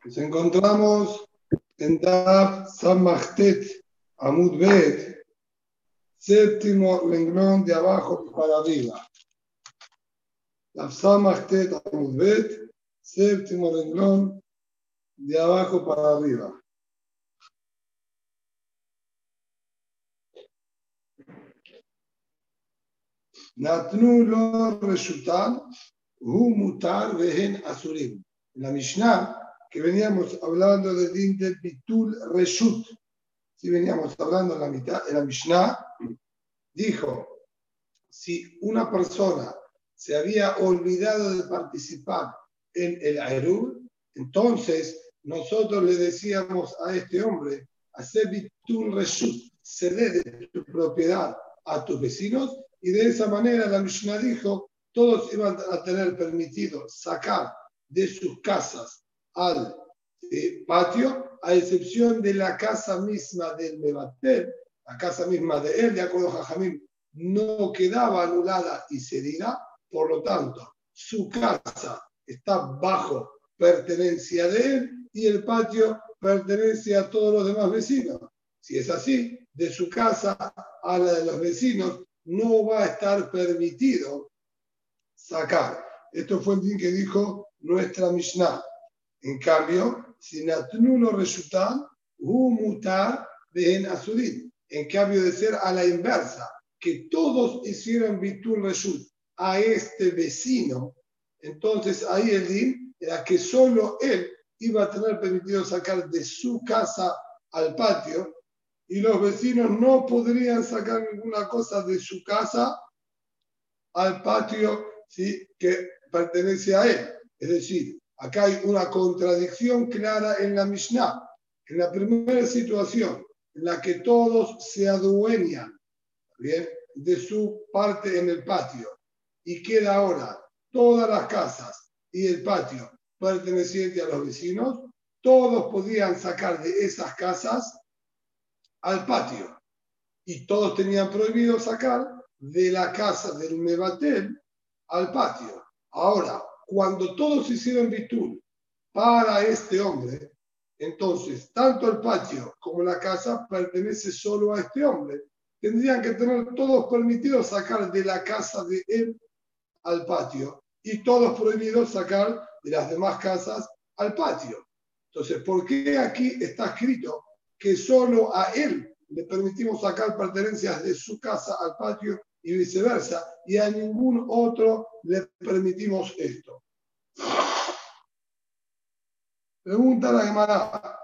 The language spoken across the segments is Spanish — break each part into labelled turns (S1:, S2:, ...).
S1: Nos encontramos en Daf Samachtet Amud Bet, séptimo renglón de abajo para arriba. Daf Samachtet Amud Bet, séptimo renglón de abajo para arriba. Natnu lo reshutan, hu mutar vehen asurim. En la Mishnah, que veníamos hablando del din del bitul reshut, si veníamos hablando en la mitad, en la Mishnah, dijo, si una persona se había olvidado de participar en el Aerur, entonces nosotros le decíamos a este hombre, hacer bitul reshut, ceder de tu propiedad a tus vecinos, y de esa manera la Mishnah dijo, todos iban a tener permitido sacar de sus casas al patio, a excepción de la casa misma del Mebatel, la casa misma de él, de acuerdo a Jajamim, no quedaba anulada y cedida, por lo tanto, su casa está bajo pertenencia de él y el patio pertenece a todos los demás vecinos. Si es así, de su casa a la de los vecinos no va a estar permitido sacar. Esto fue el din que dijo nuestra Mishnah. En cambio, si Natnu lo resultan, hu mutar vehen asurim. En cambio de ser a la inversa, que todos hicieron bitul reshut a este vecino, entonces ahí el din era que solo él iba a tener permitido sacar de su casa al patio y los vecinos no podrían sacar ninguna cosa de su casa al patio, ¿sí?, que pertenece a él. Es decir, acá hay una contradicción clara en la Mishnah. En la primera situación, en la que todos se adueñan, ¿bien?, de su parte en el patio, y queda ahora todas las casas y el patio perteneciente a los vecinos, todos podían sacar de esas casas al patio, y todos tenían prohibido sacar de la casa del Mebatel al patio. Ahora, cuando todos hicieron bitul para este hombre, entonces tanto el patio como la casa pertenece solo a este hombre. Tendrían que tener todos permitidos sacar de la casa de él al patio y todos prohibidos sacar de las demás casas al patio. Entonces, ¿por qué aquí está escrito que solo a él le permitimos sacar pertenencias de su casa al patio y viceversa, y a ningún otro le permitimos esto? Pregunta la Gemara.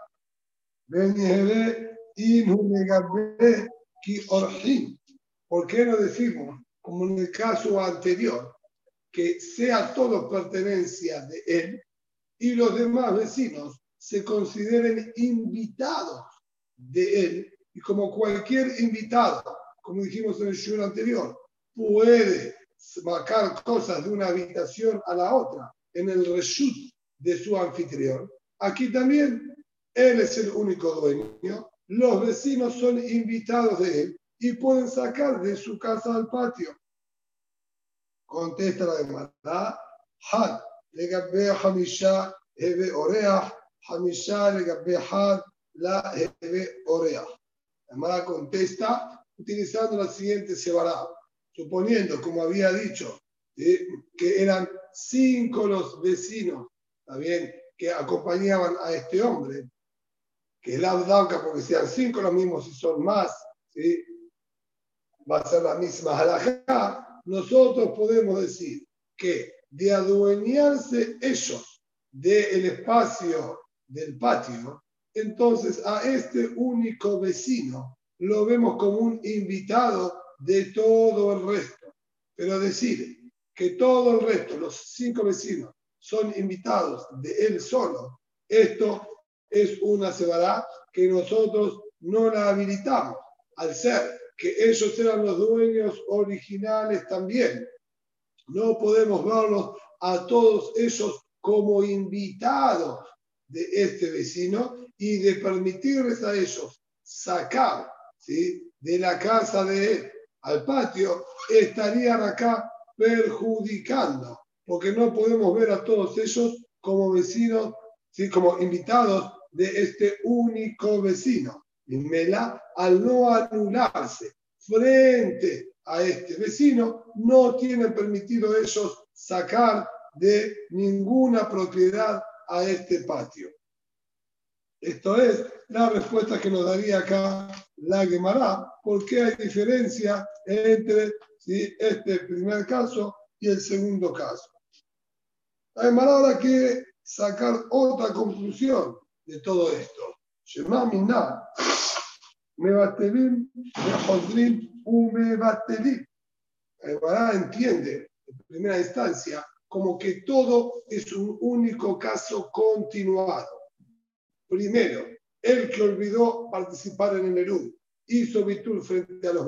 S1: ¿Por qué no decimos, como en el caso anterior, que sea todo pertenencia de él y los demás vecinos se consideren invitados de él, y como cualquier invitado, como dijimos en el show anterior, puede sacar cosas de una habitación a la otra en el reshut de su anfitrión? Aquí también él es el único dueño, los vecinos son invitados de él y pueden sacar de su casa al patio. Contesta la demanda, had legabbe hamisha hebe oreach, hamisha legabbe had la hebe oreach. La demanda contesta utilizando la siguiente sebará, suponiendo, como había dicho, que eran 5 los vecinos, ¿está bien?, que acompañaban a este hombre, que el Abdanka, porque sean 5 los mismos, si son más, ¿sí?, va a ser la misma halajá. Nosotros podemos decir que de adueñarse ellos del espacio del patio, entonces a este único vecino lo vemos como un invitado de todo el resto. Pero decir que todo el resto, los 5 vecinos, son invitados de él solo, esto es una sebará que nosotros no la habilitamos, al ser que ellos eran los dueños originales también. No podemos verlos a todos ellos como invitados de este vecino y de permitirles a ellos sacar, ¿sí?, de la casa de él al patio, estarían acá perjudicando, porque no podemos ver a todos ellos como vecinos ¿sí? Como invitados de este único vecino. Y Mela, al no anularse frente a este vecino, no tienen permitido ellos sacar de ninguna propiedad a este patio. Esto es la respuesta que nos daría acá la Gemara. ¿Por qué hay diferencia entre ¿sí? este primer caso y el segundo caso? La Gemara ahora quiere sacar otra conclusión de todo esto. Shema Minna, Mebatelim, Mehozrim, Umebatelim. La Gemara entiende, en primera instancia, como que todo es un único caso continuado. Primero, el que olvidó participar en el Nerú hizo bitul frente a los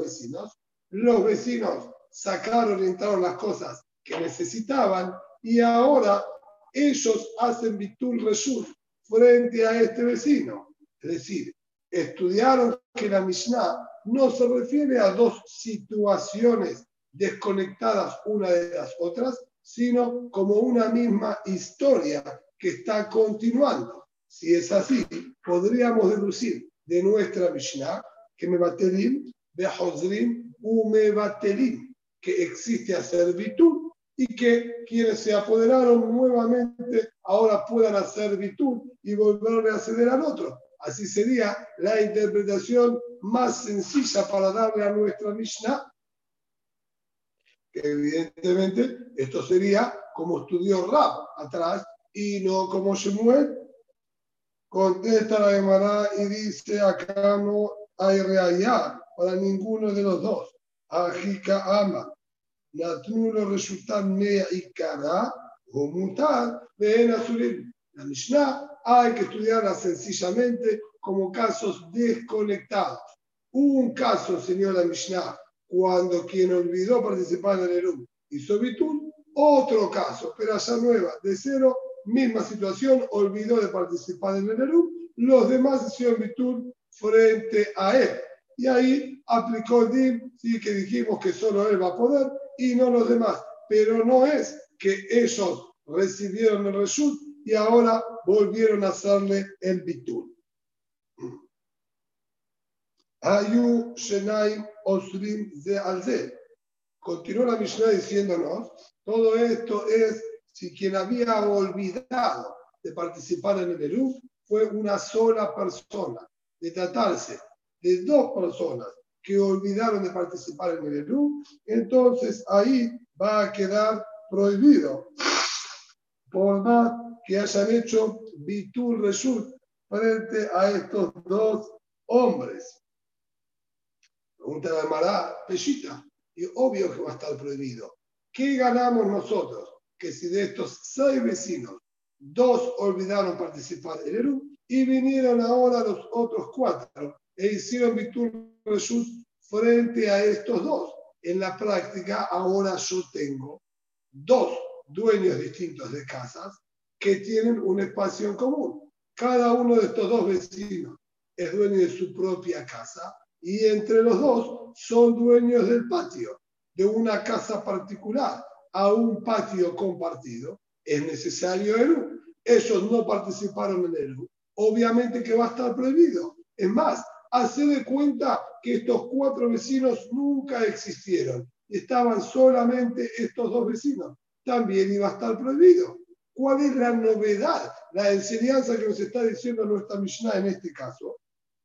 S1: vecinos sacaron y entraron las cosas que necesitaban y ahora ellos hacen bitul reshut frente a este vecino. Es decir, estudiaron que la Mishnah no se refiere a dos situaciones desconectadas una de las otras, sino como una misma historia que está continuando. Si es así, podríamos deducir de nuestra Mishnah que Mebatelim, Behozrim, Umebatelim, que existe hacer bitul y que quienes se apoderaron nuevamente ahora puedan hacer bitul y volver a acceder al otro. Así sería la interpretación más sencilla para darle a nuestra Mishnah, que evidentemente esto sería como estudió Rab atrás y no como Shemuel. Contesta la Gemara y dice, acá no hay reayá para ninguno de los dos. Ajika ama, natnulo resultan mea y cara, o mutar, ven azulim. La Mishnah hay que estudiarla sencillamente como casos desconectados. Un caso, señora Mishnah, cuando quien olvidó participar en el Erum hizo bitul, otro caso, pero allá nueva, de cero, misma situación, olvidó de participar en el Erum, los demás hicieron bitul frente a él. Y ahí aplicó el DIM, sí, que dijimos que solo él va a poder y no los demás. Pero no es que ellos recibieron el reshut y ahora volvieron a hacerle el bitul. Ayu Shenaim Osrim Ze al Ze. Continuó la Mishnah diciéndonos, todo esto es si quien había olvidado de participar en el Eruv fue una sola persona. De tratarse de dos personas que olvidaron de participar en el Eruv, entonces ahí va a quedar prohibido. Por más que hayan hecho bitul reshut frente a estos dos hombres. Pregunta la Gemara, Peshita, y obvio que va a estar prohibido. ¿Qué ganamos nosotros? Que si de estos 6 vecinos, 2 olvidaron participar en el Eruv y vinieron ahora los otros 4 e hicieron bitul reshut frente a estos 2. En la práctica, ahora yo tengo 2 dueños distintos de casas que tienen un espacio en común. Cada uno de estos 2 vecinos es dueño de su propia casa y entre los 2 son dueños del patio, de una casa particular a un patio compartido. Es necesario Eruv. Ellos no participaron en Eruv. Obviamente que va a estar prohibido. Es más, hace de cuenta que estos 4 vecinos nunca existieron. Estaban solamente estos 2 vecinos. También iba a estar prohibido. ¿Cuál es la novedad, la enseñanza que nos está diciendo nuestra Mishnah en este caso?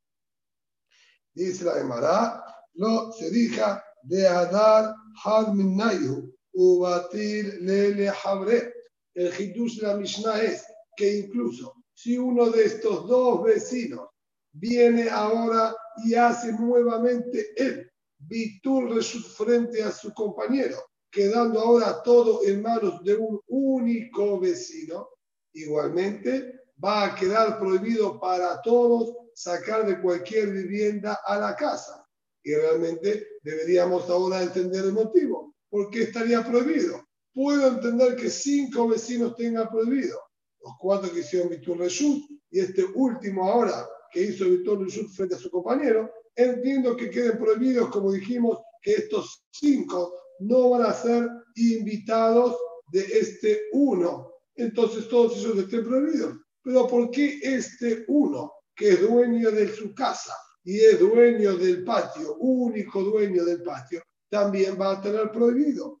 S1: Dice la Gemara, lo se diga de Adar Had Minnayu, Ubatil Lele Habre. El hidush de la Mishnah es que incluso si uno de estos 2 vecinos viene ahora y hace nuevamente el bitul reshut frente a su compañero, quedando ahora todo en manos de un único vecino, igualmente va a quedar prohibido para todos sacar de cualquier vivienda a la casa. Y realmente deberíamos ahora entender el motivo. ¿Por qué estaría prohibido? Puedo entender que 5 vecinos tengan prohibido. Los 4 que hicieron bitul reshut y este último ahora que hizo bitul reshut frente a su compañero, entiendo que queden prohibidos, como dijimos, que estos 5 no van a ser invitados de este uno. Entonces todos ellos estén prohibidos. Pero ¿por qué este uno, que es dueño de su casa y es dueño del patio, único dueño del patio, también va a tener prohibido?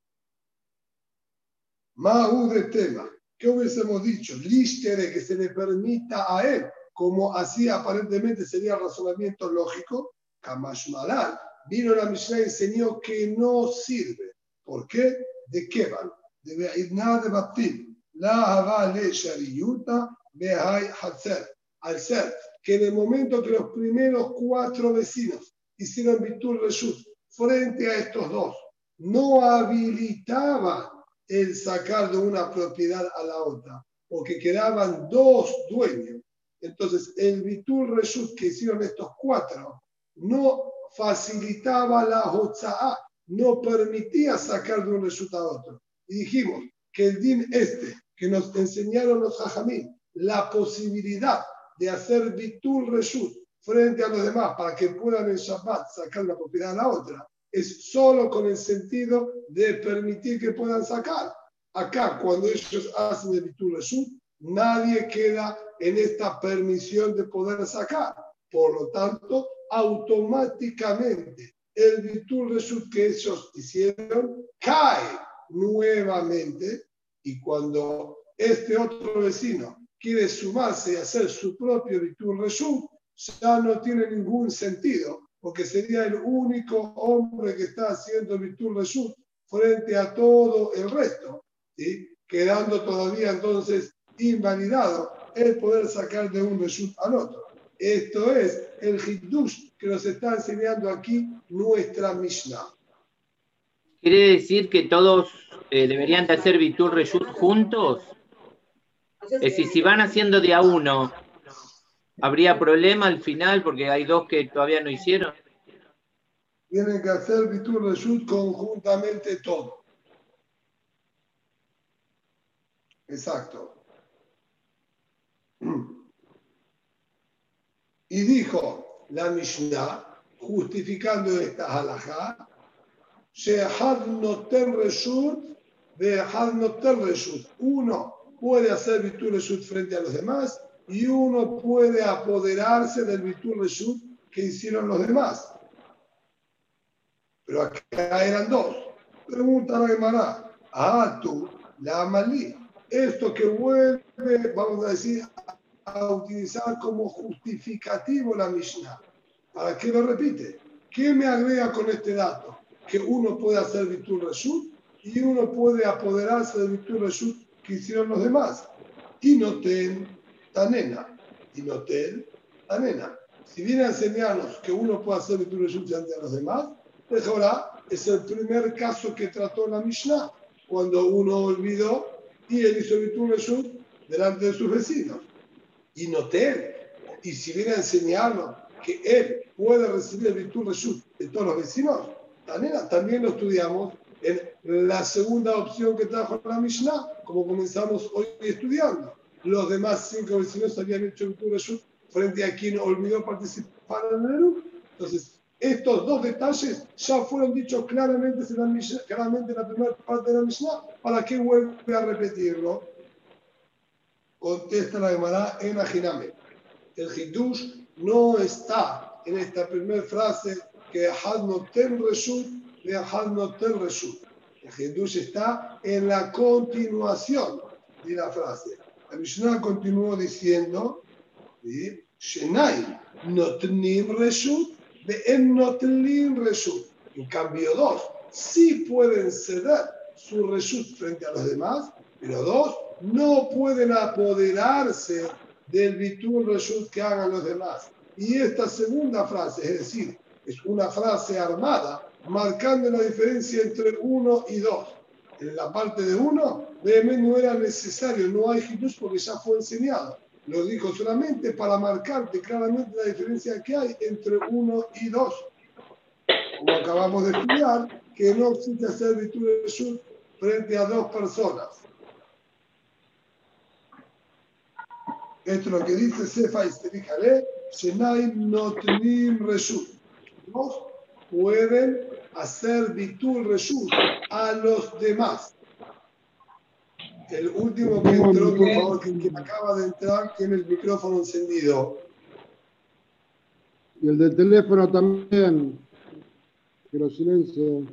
S1: Mahu de tema. ¿Qué hubiésemos dicho? Lístere, que se le permita a él, como así aparentemente sería el razonamiento lógico. Kamash Malal. Vino la Mishnah y enseñó que no sirve. ¿Por qué? ¿De qué van? De Be'idna de Batim. La Havale Shariyuta Behai Hatzer. Al ser que en el momento que los primeros 4 vecinos hicieron Bitul Reshut frente a estos dos, no habilitaban el sacar de una propiedad a la otra, porque quedaban 2 dueños. Entonces, el Bitul Reshut que hicieron estos 4 no facilitaba la Hotza'a, no permitía sacar de un Reshut a otro. Y dijimos que el din que nos enseñaron los Jajamín, la posibilidad de hacer Bitul Reshut frente a los demás para que puedan en Shabbat sacar la propiedad a la otra, es solo con el sentido de permitir que puedan sacar. Acá, cuando ellos hacen el Bitul Reshut, nadie queda en esta permisión de poder sacar. Por lo tanto, automáticamente el Bitul Reshut que ellos hicieron cae nuevamente, y cuando este otro vecino quiere sumarse y hacer su propio Bitul Reshut, ya no tiene ningún sentido, porque sería el único hombre que está haciendo Bitul Reshut frente a todo el resto, ¿sí? Quedando todavía entonces invalidado el poder sacar de un Reshut al otro. Esto es el Hiddush que nos está enseñando aquí nuestra Mishnah.
S2: ¿Quiere decir que todos deberían de hacer Bitul Reshut juntos? Es decir, si van haciendo de a uno, ¿habría problema al final porque hay 2 que todavía no hicieron?
S1: Tienen que hacer Bitul Reshut conjuntamente todo. Exacto. Y dijo la Mishnah, justificando esta halajá, Shehad noten reshut, ve'ehad noten reshut. Uno puede hacer Bitul Reshut frente a los demás y uno puede apoderarse del Bitul Reshut que hicieron los demás. Pero acá eran 2. Pregunta la Gemara, tú, la Amalí, esto que vuelve, vamos a decir, a utilizar como justificativo la Mishnah. ¿Para qué lo repite? ¿Qué me agrega con este dato? Que uno puede hacer Bitul Reshut y uno puede apoderarse del Bitul Reshut que hicieron los demás. Tinoten Tanena. Tinoten Tanena. Si viene a enseñarnos que uno puede hacer Bitul Reshut ante los demás, pues ahora es el primer caso que trató la Mishnah, cuando uno olvidó y él hizo Bitul Reshut delante de sus vecinos. Y noté, y si viene a enseñarnos que él puede recibir el Bitul Reshut de todos los vecinos, también lo estudiamos en la segunda opción que trajo la Mishnah, como comenzamos hoy estudiando. Los demás 5 vecinos habían hecho Bitul Reshut frente a quien olvidó participar en el Eruv. Entonces, estos 2 detalles ya fueron dichos claramente en la primera parte de la Mishnah. ¿Para qué vuelve a repetirlo? Contesta la Gemara en Ajiname. El Hiddush no está en esta primera frase que Had noten reshut de Had noten reshut. El Hiddush está en la continuación de la frase. La Mishnah continuó diciendo, Shenai notnim reshut ve'en notlim reshut. En cambio, 2 sí pueden ceder su reshut frente a los demás, pero 2 no pueden apoderarse del Bitul Reshut que hagan los demás. Y esta segunda frase, es decir, es una frase armada, marcando la diferencia entre 1 y 2. En la parte de 1, no era necesario, no hay Hiddush porque ya fue enseñado. Lo dijo solamente para marcarte claramente la diferencia que hay entre 1 y 2. Como acabamos de estudiar, que no existe hacer Bitul Reshut frente a 2 personas. Esto es lo que dice Sefa Istericale, Shenai Notnim Reshut. 2 pueden hacer Bitul Reshut a los demás. El último que entró, por favor, que acaba de entrar, tiene el micrófono encendido.
S3: Y el del teléfono también, que lo silencio.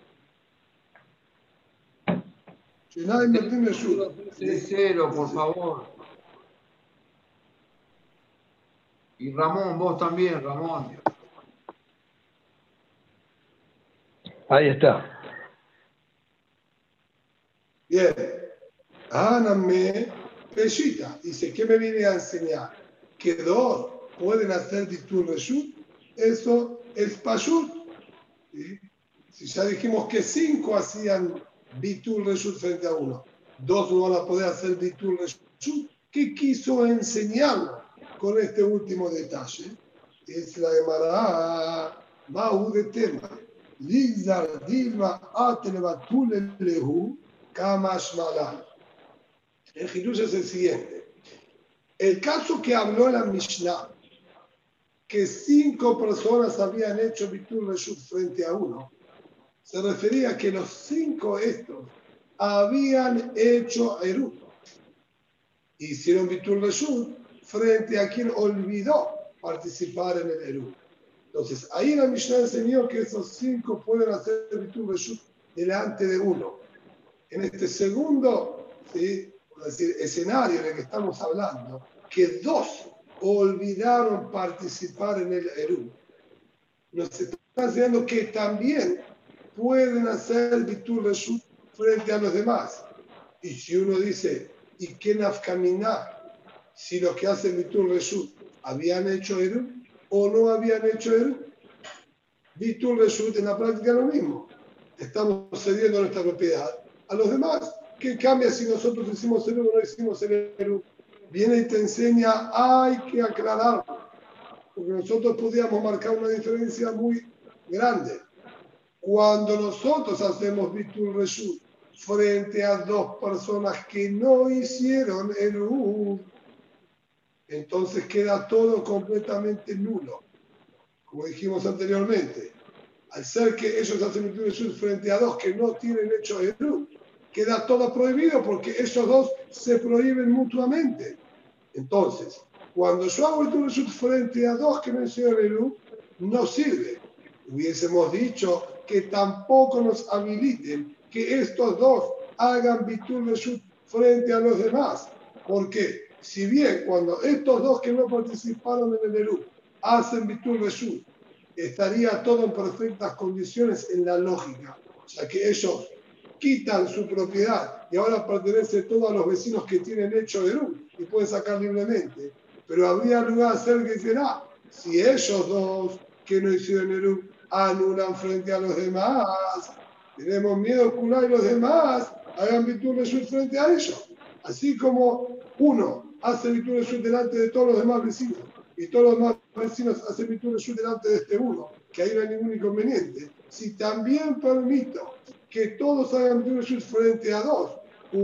S1: Si nadie me tiene ayuda.
S4: 6-0, por favor. Y Ramón, vos también, Ramón.
S5: Ahí está.
S1: Bien. Haname Peshita. Dice, ¿qué me viene a enseñar? Que dos pueden hacer Bitul Reshut. Eso es Pashut. ¿Sí? Si ya dijimos que 5 hacían Bitul Reshut frente a uno, 2 no van a poder hacer Bitul Reshut. ¿Qué quiso enseñarlo con este último detalle? Es la Gemara Mahu de tema. Lizar Dilma Atelevatul Lehu Kamash Malan. El Hidush es el siguiente. El caso que habló la Mishnah, que 5 personas habían hecho Bitul Reshut frente a uno, se refería a que los 5 estos habían hecho Eru. Hicieron Bitul Reshut frente a quien olvidó participar en el Eru. Entonces, ahí la Mishnah enseñó que esos 5 pueden hacer Bitul Reshut delante de uno. En este segundo, ¿sí?, por decir, escenario en el que estamos hablando, que 2 olvidaron participar en el Eru, nos está enseñando que también pueden hacer Bitul Reshut frente a los demás. Y si uno dice, ¿y qué nafkamina? Si los que hacen Bitul Reshut habían hecho Eru o no habían hecho Eru. Bitul Reshut en la práctica es lo mismo. Estamos cediendo nuestra propiedad a los demás. ¿Qué cambia si nosotros hicimos Eru o no hicimos Eru? Viene y te enseña, hay que aclararlo, porque nosotros podíamos marcar una diferencia muy grande. Cuando nosotros hacemos Bitul Reshut frente a 2 personas que no hicieron Eru, entonces queda todo completamente nulo. Como dijimos anteriormente, al ser que ellos hacen Bitul Reshut frente a 2 que no tienen hecho Eru, queda todo prohibido porque esos 2 se prohíben mutuamente. Entonces, cuando yo hago Bitul Reshut frente a 2 que no hicieron Eru, no sirve. Hubiésemos dicho que tampoco nos habiliten que estos 2 hagan Bitul Reshut frente a los demás. Porque si bien cuando estos 2 que no participaron en el Eru hacen Bitul Reshut, estaría todo en perfectas condiciones en la lógica. O sea que ellos quitan su propiedad y ahora pertenece todo a los vecinos que tienen hecho Eru y pueden sacar libremente. Pero habría lugar a hacer que será si ellos 2 que no hicieron Eru anulan frente a los demás, tenemos miedo que uno y los demás hagan Bitul Reshut frente a ellos. Así como uno hace Bitul Reshut delante de todos los demás vecinos y todos los demás vecinos hacen Bitul Reshut delante de este uno, que ahí no hay ningún inconveniente. Si también permito que todos hagan Bitul Reshut frente a 2,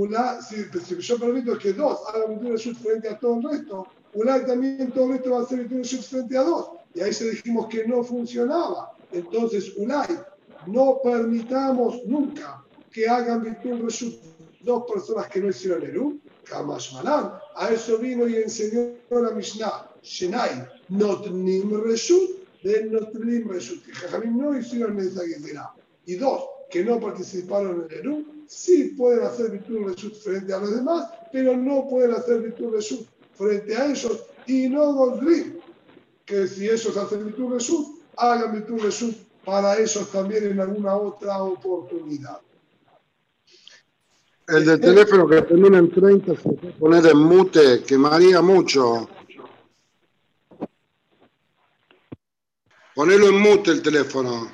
S1: si yo permito que 2 hagan Bitul Reshut frente a todo el resto, también todo el resto va a hacer Bitul Reshut frente a 2. Y ahí se dijimos que no funcionaba. Entonces, no permitamos nunca que hagan Bitul Reshut 2 personas que no hicieron Eru, Kamash Malan. A eso vino y enseñó la Mishnah, Shenai, Notnim Reshut, de Notnim Reshut, que Jajamim no hicieron esa guerra. Y 2 que no participaron en Eru, sí pueden hacer Bitul Reshut frente a los demás, pero no pueden hacer Bitul Reshut frente a ellos, y no Godrim, que si ellos hacen Bitul Reshut, hagan Bitul Reshut para ellos también en alguna otra oportunidad.
S3: El del teléfono que termina en 30 se puede poner en mute, quemaría mucho. Ponelo en mute el teléfono.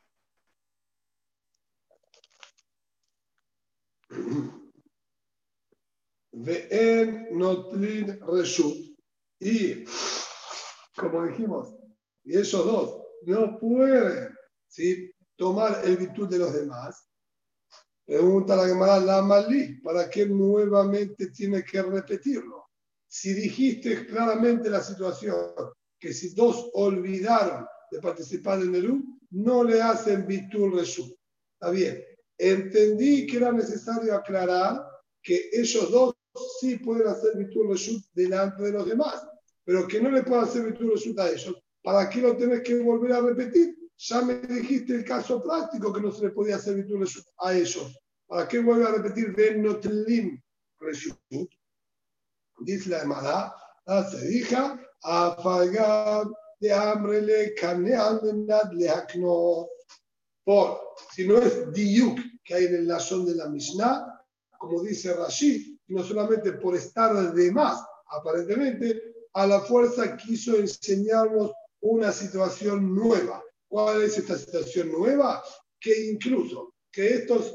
S1: Ve'en Notlin Reshut. Y, como dijimos, y esos 2 no pueden, ¿sí?, tomar el virtud de los demás. Pregunta la Gemara, la Malí, ¿para qué nuevamente tiene que repetirlo? Si dijiste claramente la situación, que si 2 olvidaron de participar en el Eru, no le hacen Bitul Reshut. Está bien. Entendí que era necesario aclarar que ellos dos sí pueden hacer Bitul Reshut delante de los demás, pero que no le puedan hacer Bitul Reshut a ellos. ¿Para qué lo tenés que volver a repetir? Ya me dijiste el caso práctico que no se le podía hacer Bitul Reshut a ellos. ¿Para qué vuelve a repetir Ben Notlim Reshut? Dice la Gemara, se dijo, apagar de hambre le canean le hakno. Por, si no es diuk que hay en el lazón de la Mishnah, como dice Rashi, no solamente por estar de más, aparentemente, a la fuerza quiso enseñarnos una situación nueva. ¿Cuál es esta situación nueva? Que incluso que estos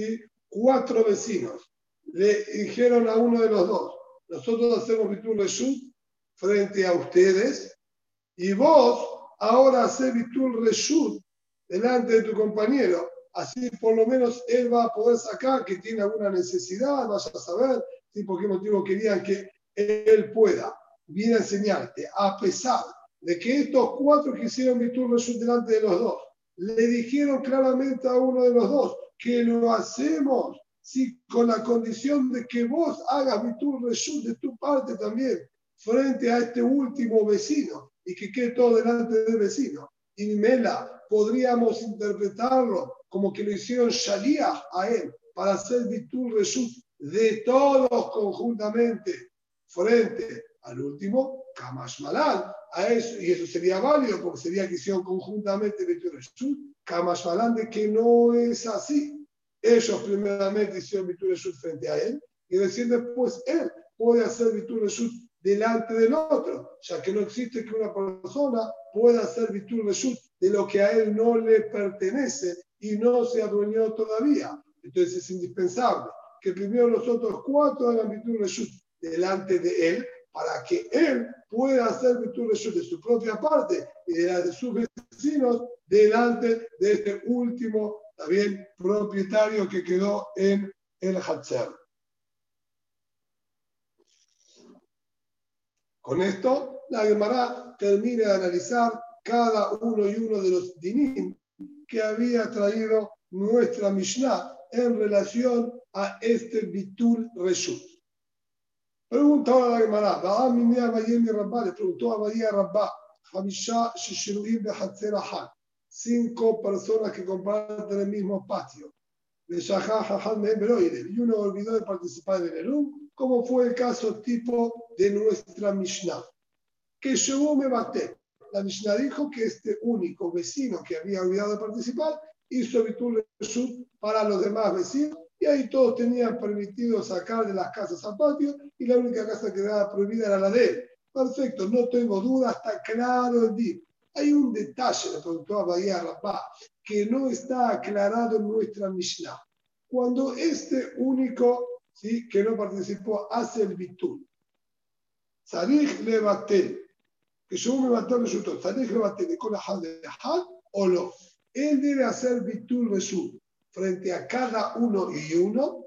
S1: 4 vecinos le dijeron a uno de los dos, nosotros hacemos Bitul Reshut frente a ustedes y vos ahora hacés Bitul Reshut delante de tu compañero. Así por lo menos él va a poder sacar que tiene alguna necesidad, vaya a saber por qué motivo querían que él pueda. Viene a enseñarte, a pesar de que estos 4 que hicieron Bitul Reshut delante de los dos, le dijeron claramente a uno de los dos que lo hacemos sí, con la condición de que vos hagas Bitul Reshut de tu parte también frente a este último vecino y que quede todo delante del vecino. Y Mela, podríamos interpretarlo como que lo hicieron Shaliach a él para hacer Bitul Reshut de todos conjuntamente frente al último Kamash Malan. A eso, y eso sería válido porque sería que hicieron conjuntamente Bitul Reshut. Kamash Malan de que no es así. Ellos primeramente hicieron Bitul Reshut frente a él y recién después él puede hacer Bitul Reshut delante del otro, ya que no existe que una persona pueda hacer Bitul Reshut de lo que a él no le pertenece y no se adueñó todavía. Entonces es indispensable que primero los otros 4 hagan Bitul Reshut delante de él para que él pueda hacer Bitul Reshut de su propia parte y de la de sus vecinos delante de este último también propietario que quedó en el Hatzer. Con esto, la Gemara termina de analizar cada uno y uno de los dinim que había traído nuestra Mishnah en relación a este Bitul Reshut. Pregunta ahora la Gemara, le preguntó a Bahía Rabbá, 5 personas que comparten el mismo patio. Y uno olvidó de participar en el Erum, como fue el caso tipo de nuestra Mishnah. Que yo me maté. La Mishnah dijo que este único vecino que había olvidado de participar hizo Bitul Reshut para los demás vecinos y ahí todos tenían permitido sacar de las casas al patio y la única casa que quedaba prohibida era la de él. Perfecto, no tengo duda, está claro el día. Hay un detalle, le preguntó a Bahía Rabbá, que no está aclarado en nuestra Mishnah. Cuando este único que no participó hace el Bitul, Sarich le batel, que yo me maté el resultado, Sarich le batel de Kolahad de Had o no. Él debe hacer Bitul Reshut frente a cada uno y uno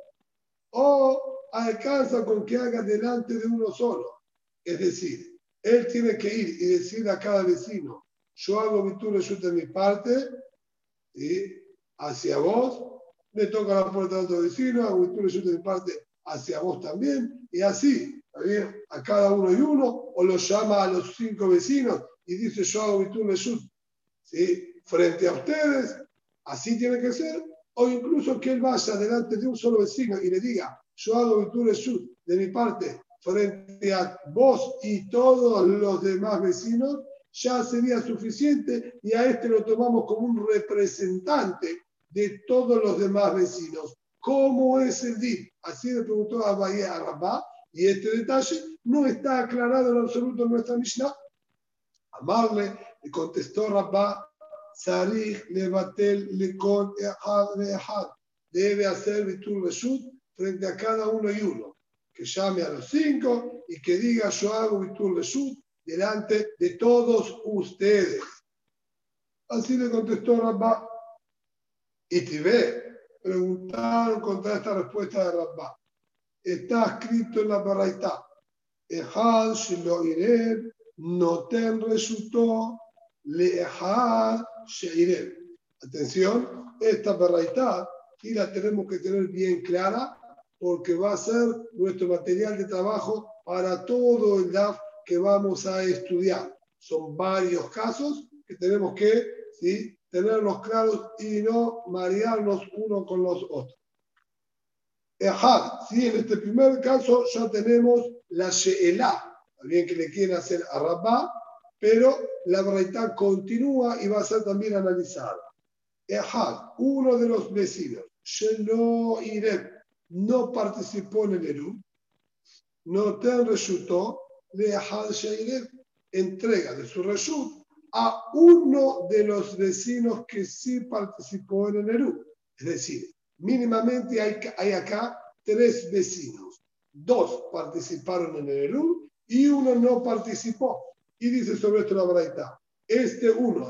S1: o alcanza con que haga delante de uno solo. Es decir, él tiene que ir y decir a cada vecino, yo hago Bitul Reshut de mi parte y hacia vos, me toca la puerta de otro vecino, hago Bitul Reshut de mi parte hacia vos también, y así, ¿bien? A cada uno y uno, o lo llama a los 5 vecinos y dice yo hago Bitul Reshut frente a ustedes, así tiene que ser, o incluso que él vaya delante de un solo vecino y le diga yo hago Bitul Reshut de mi parte frente a vos y todos los demás vecinos, ya sería suficiente y a este lo tomamos como un representante de todos los demás vecinos. ¿Cómo es el DIP? Así le preguntó a Bahía Rabbá y este detalle no está aclarado en absoluto en nuestra Mishnah. Amarle le contestó Rabbá, Sarich levatel lekol echad ve'echad. Debe hacer Bitul Reshut frente a cada uno y uno. Que llame a los 5 y que diga yo hago Bitul Reshut delante de todos ustedes. Así le contestó Rabbá. Y Tibé preguntaron contra esta respuesta de Rabbá. Está escrito en la Baraitá. Echad shelo irev noten reshutó le echad sheirev. Atención, esta Baraitá y la tenemos que tener bien clara porque va a ser nuestro material de trabajo para todo el DAF que vamos a estudiar. Son varios casos que tenemos que, ¿sí?, tenerlos claros y no marearnos uno con los otros. ¿Sí? En este primer caso ya tenemos la She'elá, también que le quieren hacer a Rabá, pero la Braitá continúa y va a ser también analizada. Uno de los vecinos, Shelo Irem, no participó en el Eru, no te resultó, le Sheirem, entrega de su reshut a uno de los vecinos que sí participó en el Eru. Es decir, mínimamente hay acá 3 vecinos. 2 participaron en el Eru y uno no participó. Y dice sobre esto la Braitá, este uno,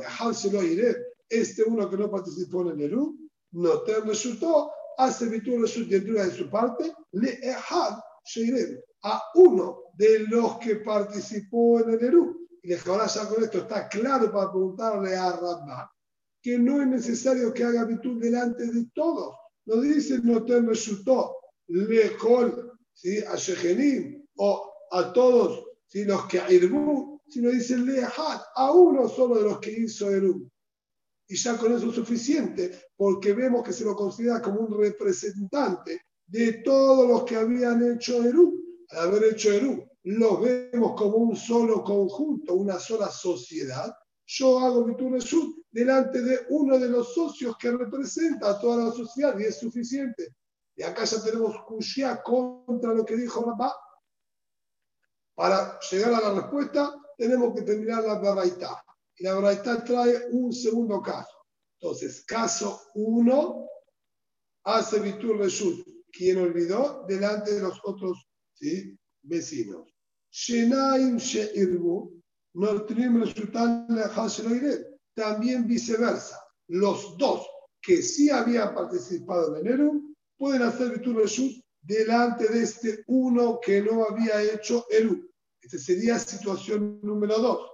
S1: este uno que no participó en el Eru, no te resultó, hace bitul reshut y entrega de su parte, le sheirem, a uno de los que participó en el Eru. Y ahora ya con esto está claro para preguntarle a Rabá que no es necesario que haga bitul delante de todos. No dice no te resultó lejol, ¿sí?, a Shechenim o a todos, ¿sí?, los que Irbu, sino dice lejat, a uno solo de los que hizo Eru. Y ya con eso es suficiente, porque vemos que se lo considera como un representante de todos los que habían hecho Eru. Al haber hecho Eru, los vemos como un solo conjunto, una sola sociedad. Yo hago bitul reshut delante de uno de los socios que representa a toda la sociedad y es suficiente. Y acá ya tenemos kushia contra lo que dijo Rabá. Para llegar a la respuesta, tenemos que terminar la Braitá. Y la Braitá trae un segundo caso. Entonces, caso 1, hace bitul reshut, quien olvidó, delante de los otros, ¿sí?, vecinos. Shenaim she'irbu, no trim reshutan lejal shelo irem. También viceversa. Los 2 que sí habían participado en el Eru pueden hacer bitul reshut delante de este uno que no había hecho Eru. Esta sería situación número 2.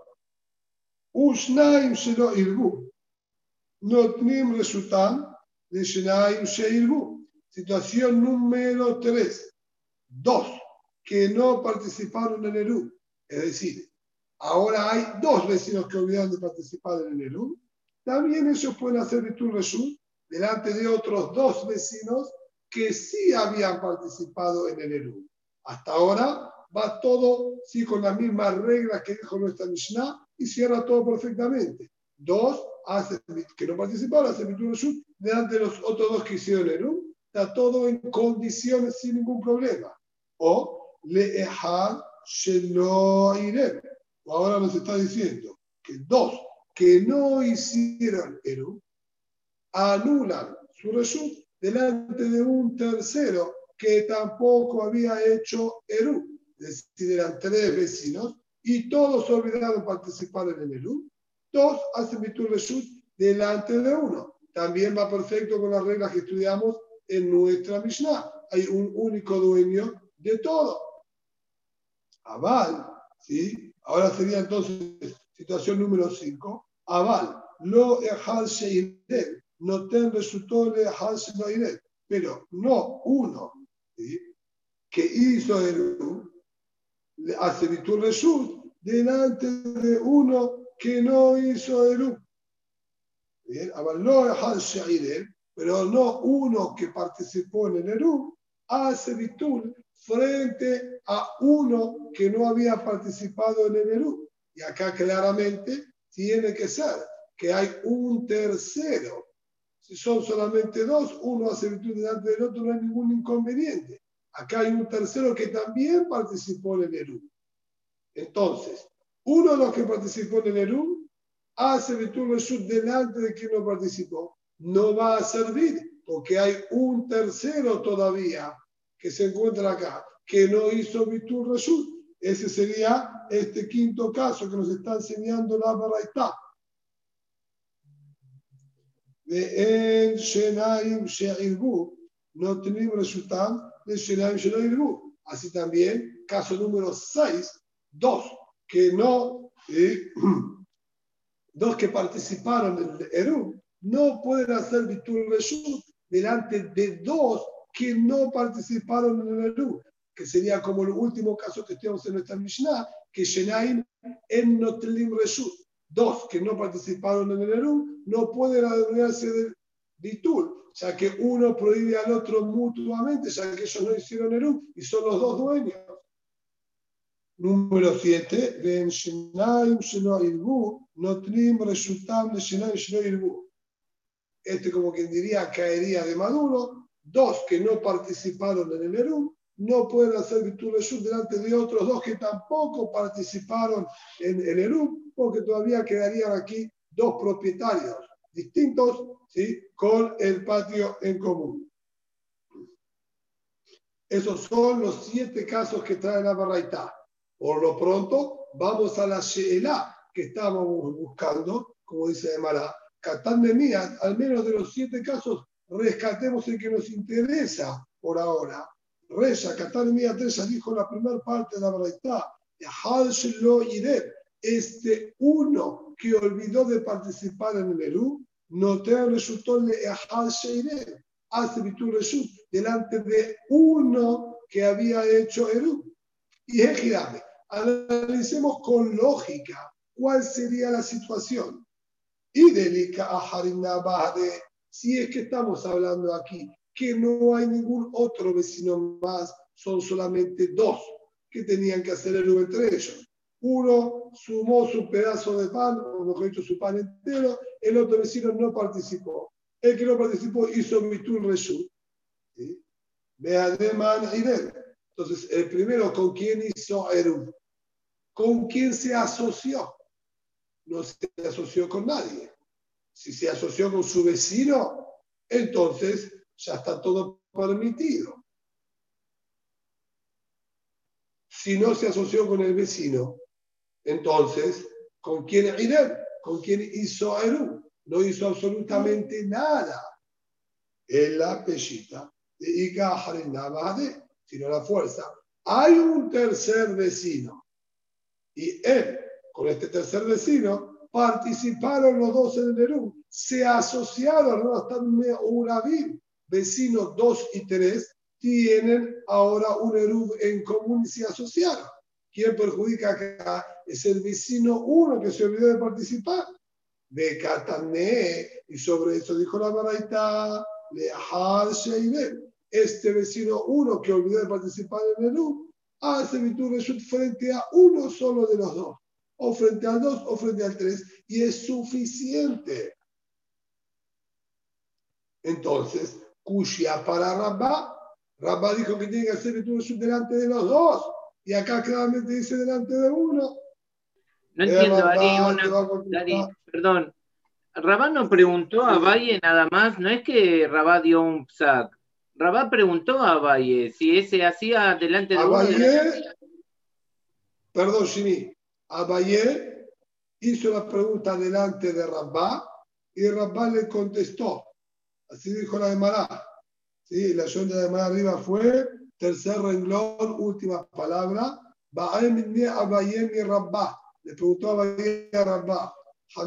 S1: Ushnaim shelo irbu, notnim reshutan de shenaim sheirbu. Situación número 3. 2 que no participaron en el Eru. Es decir, ahora hay 2 vecinos que olvidaron de participar en el Eru. También ellos pueden hacer bitul reshut delante de otros 2 vecinos que sí habían participado en el Eru. Hasta ahora va todo, sí, con las mismas reglas que dijo nuestra Mishnah y cierra todo perfectamente. 2 que no participaron, hacen bitul reshut delante de los otros 2 que hicieron el Eru. Está todo en condiciones sin ningún problema. O le'ehad shelo irem. Ahora nos está diciendo que 2 que no hicieron Eru anulan su reshut delante de un tercero que tampoco había hecho Eru. Es decir, eran 3 vecinos y todos olvidaron participar en el Eru. 2 hacen bitul reshut delante de uno. También va perfecto con las reglas que estudiamos en nuestra Mishnah. Hay un único dueño de todo. Aval, ¿sí? Ahora sería entonces situación número 5. Aval, lo ejal sheirem, no ten resultó le ejal sheirem, pero no uno, ¿sí?, que hizo Eru, hace bitul reshut delante de uno que no hizo Eru. Bien, aval lo ejal sheirem, pero no uno que participó en el Eru, hace bitul frente a uno que no había participado en el Eru. Y acá claramente tiene que ser que hay un tercero. Si son solamente 2, uno hace bitul delante del otro, no hay ningún inconveniente. Acá hay un tercero que también participó en el Eru. Entonces, uno de los que participó en el Eru hace bitul reshut delante de quien no participó. No va a servir porque hay un tercero todavía que se encuentra acá, que no hizo bitul reshut. Ese sería este quinto caso que nos está enseñando la Baraitá. De en shenaim she'irbu, no tenemos resultado de shenaim she'irbu. Así también, caso número 6, 2 que no, 2 que participaron en el Eru, no pueden hacer bitul reshut delante de 2 que no participaron en el Eruv, que sería como el último caso que tenemos en nuestra Mishnah, que Shenaim en Notlim Reshut. Dos que no participaron en el Eruv no pueden adueñarse del Bitul, ya que uno prohíbe al otro mutuamente, ya que ellos no hicieron Eruv y son los dos dueños. Número 7, ven Shenaim Shelo Irbu, Notlim Reshutam de Shenaim Shelo Irbu. Este, como quien diría, caería de Maduro. Dos que no participaron en el Eruv no pueden hacer Bitul Reshut delante de otros dos que tampoco participaron en el Eruv, porque todavía quedarían aquí dos propietarios distintos, ¿sí?, con el patio en común. Esos son los 7 casos que trae la Baraitá. Por lo pronto, vamos a la She'elá que estábamos buscando, como dice Emara. Catán de Mía, al menos de los 7 casos, rescatemos el que nos interesa por ahora. Reya, Catán de Mía 3 ya dijo la primera parte de la Baraitá. Este uno que olvidó de participar en el Eruv, no te resultó le hace Bitul Reshut delante de uno que había hecho Eruv. Y girame, analicemos con lógica cuál sería la situación. Y delica a Harina Bade, si es que estamos hablando aquí que no hay ningún otro vecino más, son solamente dos que tenían que hacer Eruv entre ellos. Uno sumó su pedazo de pan, o mejor dicho, su pan entero, el otro vecino no participó. El que no participó hizo Bitul Reshut. ¿Sí? Entonces, el primero, ¿con quién hizo Eruv? ¿Con quién se asoció? No se asoció con nadie. Si se asoció con su vecino, entonces ya está todo permitido. Si no se asoció con el vecino, entonces, ¿con quién Eruv? ¿Con quién hizo Eruv? No hizo absolutamente nada. En la pellita de Ica Harina Bade, sino la fuerza. Hay un tercer vecino. Y él, con este tercer vecino, participaron los dos en el Eruv. Se asociaron, no están Me'urabim. Vecinos 2 y 3 tienen ahora un Eruv en común y se asociaron. ¿Quién perjudica acá? Es el vecino 1 que se olvidó de participar. De Katané, y sobre eso dijo la Baraitá, este vecino 1 que olvidó de participar en el Eruv hace Bitul Reshut frente a uno solo de los dos, o frente al 2 o frente al 3, y es suficiente. Entonces, Kushia para Rabá. Rabá dijo que tiene que hacer Bitul Reshut delante de los dos, y acá claramente dice delante de uno.
S2: No entiendo, Ari, perdón. Rabá no preguntó a Valle nada más, no es que Rabá dio un psak. Rabá preguntó a Valle si ese hacía delante de uno.
S1: Perdón, Shimi. Abaye hizo la pregunta delante de Rabá y Rabá le contestó. Así dijo la de Mará. ¿Sí? La ayuda de Mará arriba fue tercer renglón, última palabra. Abaye mi Rabá. Le preguntó a Abaye a Rabá. Sí,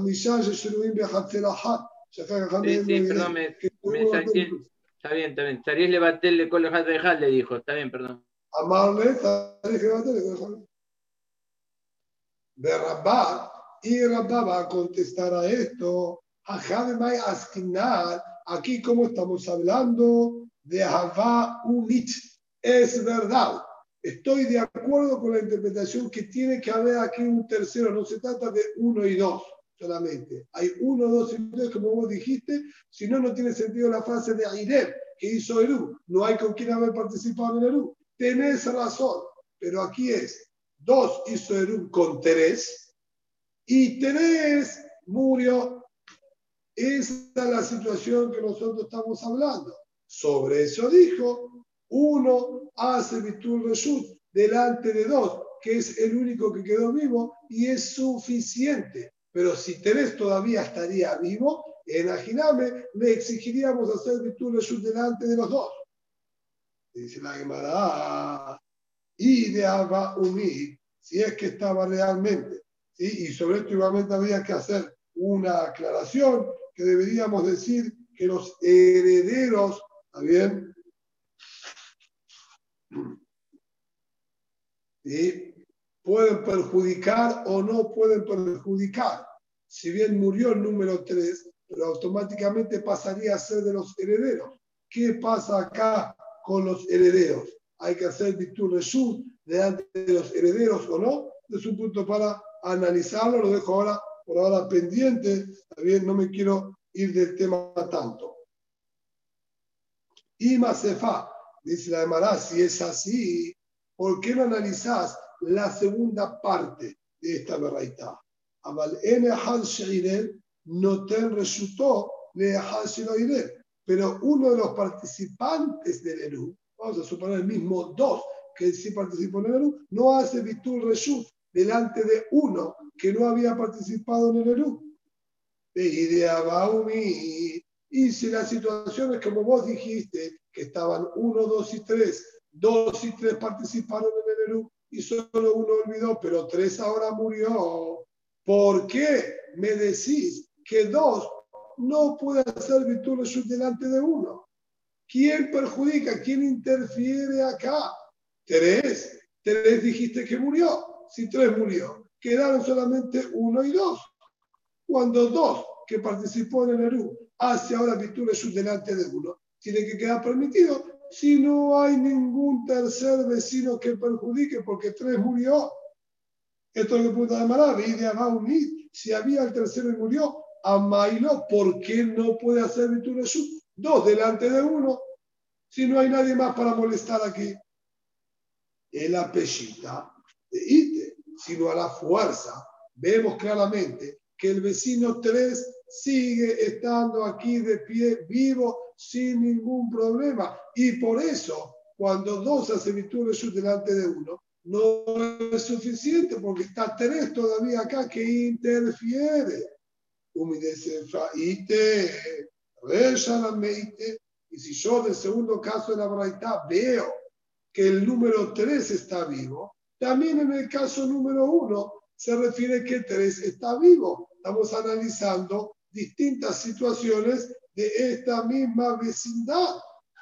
S2: perdón, me salté. Está bien. Tarías levantarle con los dejar, le dijo. Está bien, perdón.
S1: Amarle, tarías levantarle de Rabá, y Rabá va a contestar a esto. Aquí, como estamos hablando de Havá Unit, es verdad. Estoy de acuerdo con la interpretación que tiene que haber aquí un tercero. No se trata de 1 y 2 solamente. Hay 1, 2 y 3, como vos dijiste. Si no, no tiene sentido la frase de Airem, que hizo Eruv. No hay con quien haber participado en Eruv. Tenés razón, pero aquí es 2 hizo Eruv con 3 y 3 murió. Esa es la situación que nosotros estamos hablando. Sobre eso dijo, 1 hace Bitul Reshut delante de 2, que es el único que quedó vivo, y es suficiente. Pero si 3 todavía estaría vivo, en Ajiname le exigiríamos hacer Bitul Reshut delante de los 2. Dice la Gemara, y de Abba Umi, si es que estaba realmente. ¿Sí? Y sobre esto igualmente habría que hacer una aclaración, que deberíamos decir que los herederos, ¿está bien?, ¿Sí? Pueden perjudicar o no pueden perjudicar. Si bien murió el número 3, pero automáticamente pasaría a ser de los herederos. ¿Qué pasa acá con los herederos? ¿Hay que hacer bitul reshut delante de los herederos o no? Es un punto para analizarlo, lo dejo ahora por ahora pendiente. También no me quiero ir del tema tanto. Y Masefa, dice la Gemara, si es así, ¿por qué no analizás la segunda parte de esta beraita? Aval en echad sheirel noten reshutó le echad sheirel. Pero uno de los participantes del Eru, vamos a suponer el mismo dos que sí participó en el Eru, no hace bitul reshut delante de uno que no había participado en el Eru. Y si la situación es como vos dijiste, que estaban 1, 2 y 3, 2 y 3 participaron en el Eru y solo uno olvidó, pero 3 ahora murió. ¿Por qué me decís que 2 no puede hacer bitul reshut delante de uno? ¿Quién perjudica? ¿Quién interfiere acá? 3 dijiste que murió. Si 3 murió, quedaron solamente 1 y 2. Cuando 2 que participó en el Eru hace ahora bitul reshut delante de uno, tiene que quedar permitido si no hay ningún tercer vecino que perjudique, porque 3 murió. Esto es lo que pregunta de Mará, si había el tercero y murió, Amailo, ¿por qué no puede hacer bitul reshut? 2 delante de uno, si no hay nadie más para molestar aquí. El apellita de Ite, sino a la fuerza, vemos claramente que el vecino 3 sigue estando aquí de pie, vivo, sin ningún problema. Y por eso, cuando 2 hacen bitul reshut delante de uno, no es suficiente, porque está 3 todavía acá que interfiere. Y si yo del segundo caso de la baraita veo que el número 3 está vivo, también en el caso número 1 se refiere que 3 está vivo. Estamos analizando distintas situaciones de esta misma vecindad.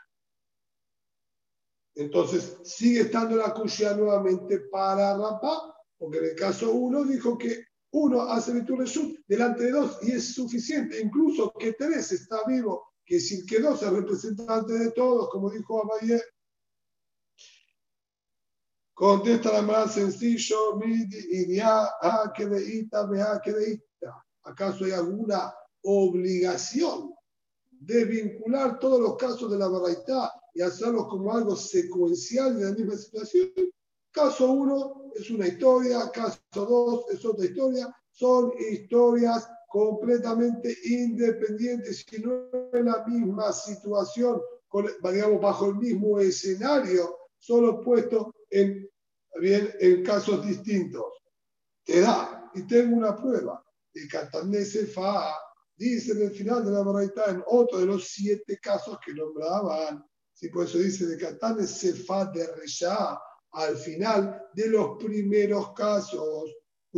S1: Entonces, sigue estando la cushia nuevamente para Rapá, porque en el caso 1 dijo que 1 hace bitul reshut delante de 2 y es suficiente, incluso que 3 está vivo, que decir que 2 es representante de todos, como dijo Abaye. Contesta la más sencillo, ¿acaso hay alguna obligación de vincular todos los casos de la baraita y hacerlos como algo secuencial de la misma situación? Caso 1 es una historia, caso 2 es otra historia, son historias completamente independientes y no en la misma situación, digamos, bajo el mismo escenario, solo puesto en casos distintos. Te da, y tengo una prueba, el Katané Sefa dice en el final de la baraita, en otro de los 7 casos que nombraban, si por eso dice de Katané Sefa de Resha, al final de los primeros casos,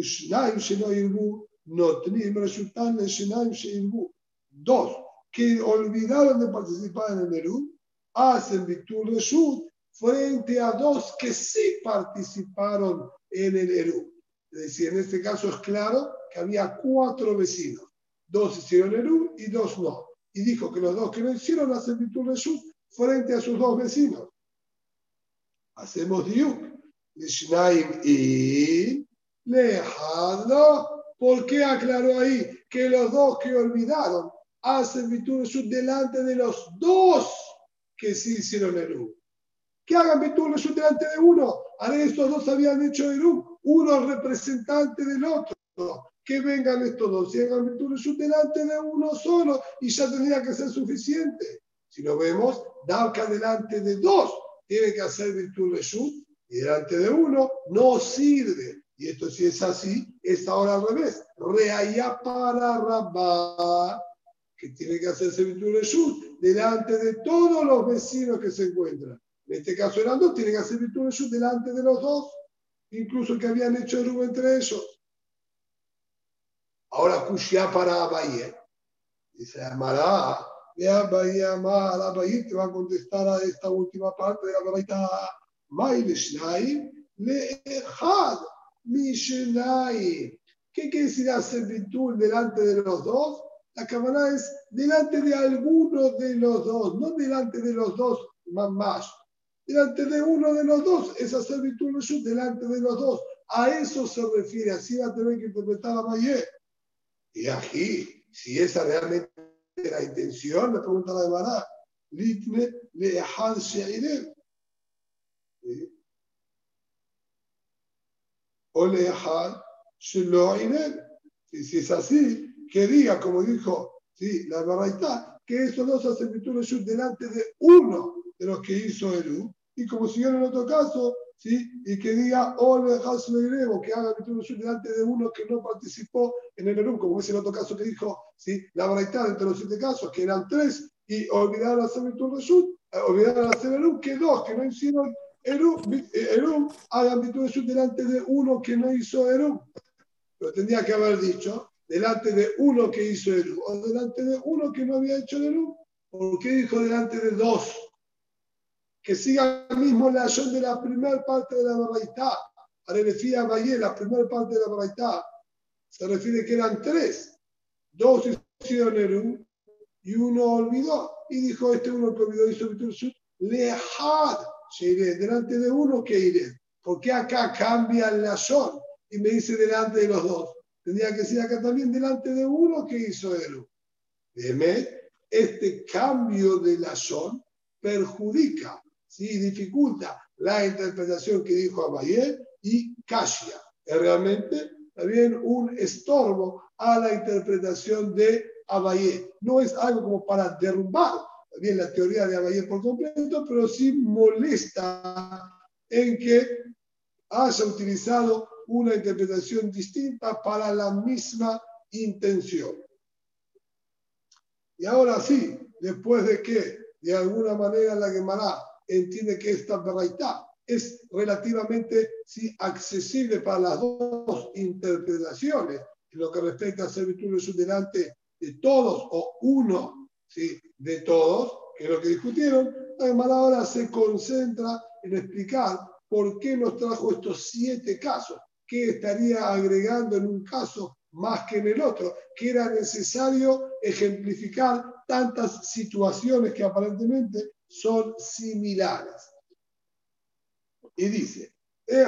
S1: 2 que olvidaron de participar en el Eru, hacen bitul reshut frente a 2 que sí participaron en el Eru. Es decir, en este caso es claro que había 4 vecinos. 2 hicieron Eru y 2 no. Y dijo que los 2 que no hicieron hacen bitul reshut frente a sus 2 vecinos. Hacemos diuk. Lishnaim y lejado. ¿Por qué aclaró ahí que los 2 que olvidaron hacen bitul reshut delante de los 2 que sí hicieron Eru? Que hagan bitul reshut delante de uno. Ahora estos 2 habían hecho Eru, uno representante del otro. Que vengan estos 2 y hagan bitul reshut delante de uno solo y ya tendría que ser suficiente. Si lo vemos, Davka delante de 2 tiene que hacer bitul reshut y delante de uno no sirve. Y esto, si es así, es ahora al revés. Reaya para Rabá, que tiene que hacerse bitul reshut delante de todos los vecinos que se encuentran. En este caso eran 2, tienen que hacer bitul reshut delante de los 2, incluso que habían hecho Eru entre ellos. Ahora Kushia para Abaye. Dice Amará, de Abaye Amar, Abaye te va a contestar a esta última parte de la baraita. Maile Shnaim le Echad Mishnai. ¿Qué quiere decir hacer bitul delante de los dos? La cámara es delante de alguno de los dos, no delante de los dos más. Delante de uno de los dos es hacer bitul reshut delante de los dos. A eso se refiere, así va a tener que interpretar a Mayé. Y aquí, si esa realmente es la intención, le pregunta la Gemara, Litne le Echad Sheirem. O le Echad Shelo Irem. Si es así, que diga, como dijo ¿sí? La Baraitá, que esos dos hacen bitul reshut delante de uno de los que hizo Eru, y como siguió en otro caso, ¿sí? Y que diga, o que haga bitul reshut delante de uno que no participó en el Eru, como es el otro caso que dijo ¿sí? La Baraitá, entre los 7 casos, que eran 3, y olvidaron hacer bitul reshut, olvidaron hacer Eru, que 2 que no hicieron Eru hagan bitul reshut delante de uno que no hizo Eru. Pero tendría que haber dicho delante de uno que hizo Eru o delante de uno que no había hecho Eru. ¿Por qué dijo delante de 2? Que siga mismo la acción de la primera parte de la Baraitá. A referir a Mayé, la primera parte de la Baraitá se refiere que eran 3. 2 hicieron Eru y uno olvidó. Y dijo uno que olvidó hizo Bitul Reshut, Lehad, delante de uno que iré. ¿Por qué acá cambia la acción? Y me dice delante de los 2. Tendría que decir acá también delante de uno que hizo Eru. Este cambio de la son perjudica, ¿sí? Dificulta la interpretación que dijo Abayé y Kashia. Es realmente también un estorbo a la interpretación de Abayé. No es algo como para derrumbar también la teoría de Abayé por completo, pero sí molesta en que haya utilizado una interpretación distinta para la misma intención. Y ahora sí, después de que de alguna manera la Gemara entiende que esta Baraitá es relativamente sí, accesible para las dos interpretaciones, en lo que respecta a hacer bitul reshut delante de todos o uno ¿sí? de todos, que es lo que discutieron, la Gemara ahora se concentra en explicar por qué nos trajo estos 7 casos. ¿Qué estaría agregando en un caso más que en el otro? Que era necesario ejemplificar tantas situaciones que aparentemente son similares. Y dice, el